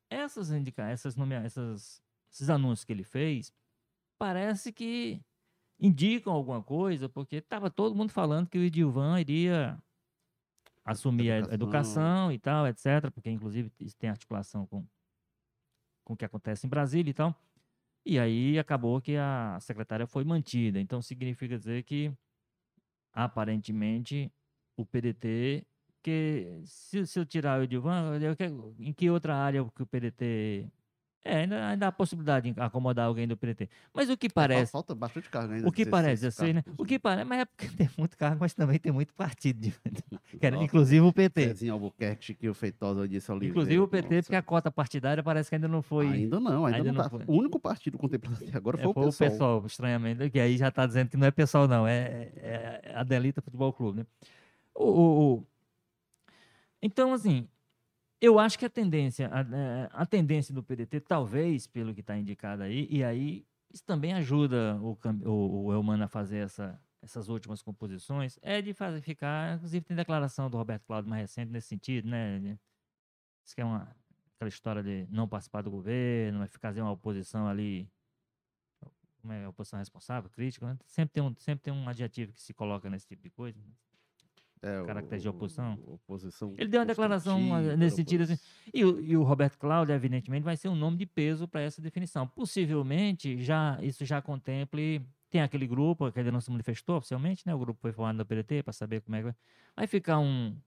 Esses anúncios que ele fez, parece que indicam alguma coisa, porque estava todo mundo falando que o Edilvan iria assumir a
educação.
educação e tal, etc., porque inclusive isso tem articulação com o que acontece em Brasília e tal. E aí acabou que a secretária foi mantida. Então significa dizer que aparentemente o PDT, que se eu tirar o Edilvan, em que outra área que o PDT ainda há a possibilidade de acomodar alguém do PDT. Mas o que parece,
Falta bastante carga ainda
o
de
que parece
16
assim, né?
cargos.
O que parece, mas é porque tem muito cargo, mas também tem muito partido,
Nossa,
inclusive o PT.
Zezinho Albuquerque, Chiquinho Feitosa, Odíssio
Inclusive o
Oliveira.
PT, porque
Nossa.
a cota partidária parece que
Ainda
ainda
não
não
tá.
foi.
O único partido contemplado até agora foi o
Foi o
PSOL.
pessoal, estranhamente, que aí já está dizendo que não é pessoal, não, a Adelita Futebol Clube, né? O, o- o- Então, assim, eu acho que a tendência do PDT, talvez, pelo que está indicado aí, e aí isso também ajuda o Eumano a fazer essas últimas composições, é de ficar, inclusive tem declaração do Roberto Cláudio mais recente nesse sentido, né? Diz que é aquela história de não participar do governo, mas fazer uma oposição ali, como é, oposição responsável, crítica, né? Sempre tem um adjetivo que se coloca nesse tipo de coisa, né?
É,
Caracteres de oposição.
oposição
Ele deu uma declaração
construtiva,
nesse sentido assim. E o Roberto Cláudio, evidentemente, vai ser um nome de peso para essa definição. Possivelmente, isso já contemple. Tem aquele grupo que ainda não se manifestou oficialmente, né? O grupo foi formado no PDT para saber como é que vai ficar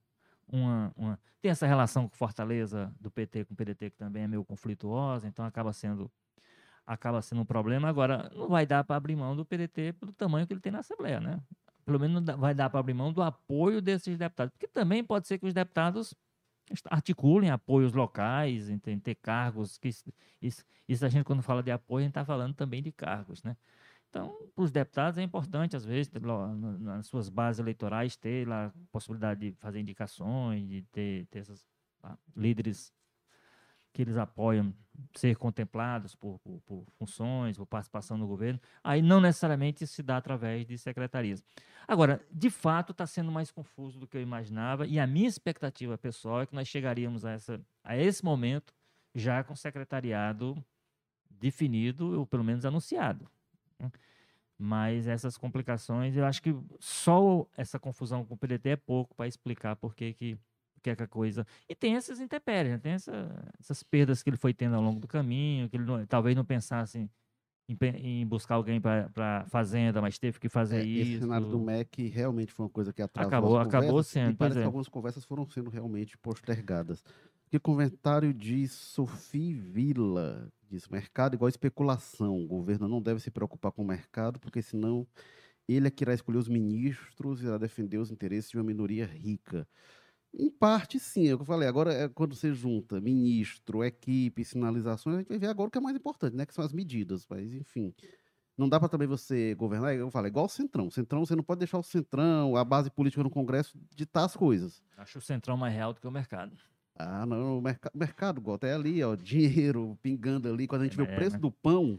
tem essa relação com Fortaleza do PT com o PDT que também é meio conflituosa, então acaba sendo um problema. Agora, não vai dar para abrir mão do PDT pelo tamanho que ele tem na Assembleia, né? Pelo menos não vai dar para abrir mão do apoio desses deputados, porque também pode ser que os deputados articulem apoios locais, ter cargos, isso a gente quando fala de apoio, a gente está falando também de cargos, né? Então, para os deputados é importante, às vezes, nas suas bases eleitorais, ter lá a possibilidade de fazer indicações, de ter esses líderes que eles apoiam ser contemplados por funções, por participação no governo. Aí não necessariamente isso se dá através de secretarias. Agora, de fato, está sendo mais confuso do que eu imaginava, e a minha expectativa pessoal é que nós chegaríamos a esse momento já com o secretariado definido, ou pelo menos anunciado, né? Mas essas complicações, eu acho que só essa confusão com o PDT é pouco para explicar por que é que a coisa. E tem essas intempéries, né? Tem essas perdas que ele foi tendo ao longo do caminho, que ele talvez não pensasse em buscar alguém para a Fazenda, mas teve que fazer
Esse cenário do
isso.
MEC realmente foi uma coisa que atrasou as
Acabou
conversas e
sendo, pois
parece que
é.
algumas conversas foram sendo realmente postergadas. Que comentário de Sophie Villa diz: mercado igual especulação. O governo não deve se preocupar com o mercado, porque senão ele é que irá escolher os ministros e irá defender os interesses de uma minoria rica. Em parte, sim, é o que eu falei. Agora, quando você junta ministro, equipe, sinalizações, a gente vai ver agora o que é mais importante, né? Que são as medidas. Mas, enfim, não dá para também você governar, eu falo, é igual o Centrão. O Centrão, você não pode deixar o Centrão, a base política no Congresso, ditar as coisas.
Acho o Centrão mais real do que o mercado.
Ah, não, o mercado, Gota, é ali, ó, dinheiro pingando ali. Quando a gente vê o
É,
preço
mas
do pão,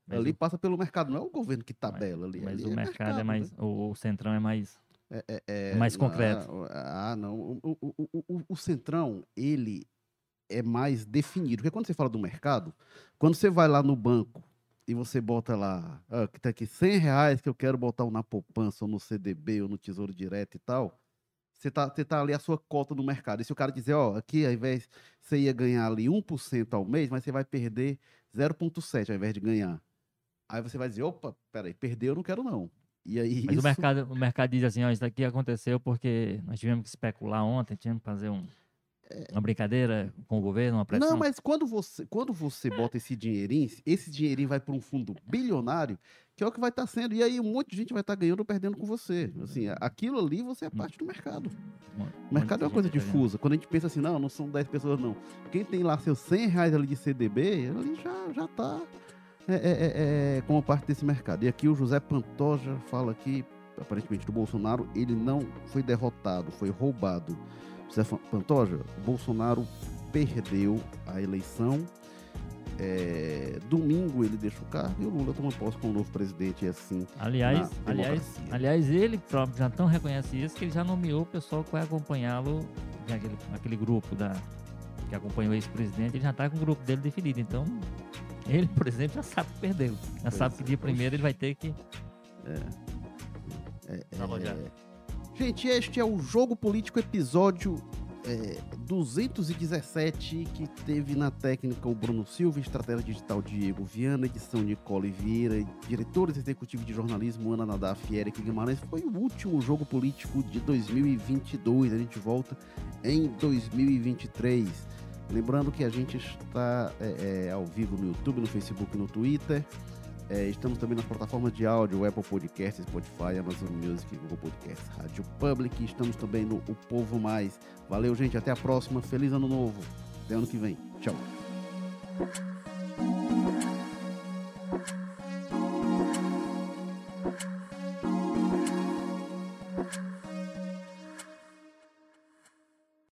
Mas
ali
o-
passa pelo mercado, não é o governo que tabela ali.
Mas
Ali
o
é
mercado é
mercado,
mais.
né?
O Centrão é mais,
É,
é mais concreto.
não. O Centrão, ele é mais definido. Porque quando você fala do mercado, quando você vai lá no banco e você bota lá, que tá aqui R$ 100 que eu quero botar na poupança, ou no CDB, ou no Tesouro Direto e tal, você tá ali a sua cota no mercado. E se o cara dizer, ó, aqui ao invés, você ia ganhar ali 1% ao mês, mas você vai perder 0,7 ao invés de ganhar. Aí você vai dizer, opa, peraí, perdeu, eu não quero não. E aí
Mas
isso.
o mercado diz assim, ó, isso daqui aconteceu porque nós tivemos que especular ontem, tivemos que fazer uma brincadeira com o governo, uma
Não,
pressão.
mas quando você bota esse dinheirinho vai para um fundo bilionário, que é o que vai estar sendo. E aí um monte de gente vai estar ganhando ou perdendo com você. Assim, aquilo ali você é parte do mercado. O
Um monte
mercado
de
é uma coisa
gente tá ganhando.
difusa. Quando a gente pensa assim, não são 10 pessoas, não. Quem tem lá seus R$ 100 ali de CDB, ali já está como parte desse mercado. E aqui o José Pantoja fala aqui, aparentemente, do Bolsonaro, ele não foi derrotado, foi roubado. José Pantoja, o Bolsonaro perdeu a eleição. Domingo ele deixa o cargo e o Lula toma posse como novo presidente, e assim
Aliás,
na democracia.
aliás, ele próprio já tão reconhece isso que ele já nomeou o pessoal que vai acompanhá-lo, aquele grupo que acompanhou o ex-presidente, ele já está com o grupo dele definido. Então, ele, por exemplo, já sabe que perdeu. Já sabe que dia primeiro ele vai ter que.
Gente, este é o Jogo Político, episódio 217, que teve na técnica o Bruno Silva, estratégia digital Diego Viana, edição Nicole Vieira, diretores executivos de jornalismo Ana Nadaf e Eric Guimarães. Foi o último Jogo Político de 2022, a gente volta em 2023. Lembrando que a gente está ao vivo no YouTube, no Facebook e no Twitter. Estamos também nas plataformas de áudio, Apple Podcasts, Spotify, Amazon Music, Google Podcasts, Rádio Public. Estamos também no O Povo Mais. Valeu, gente. Até a próxima. Feliz Ano Novo. Até ano que vem. Tchau.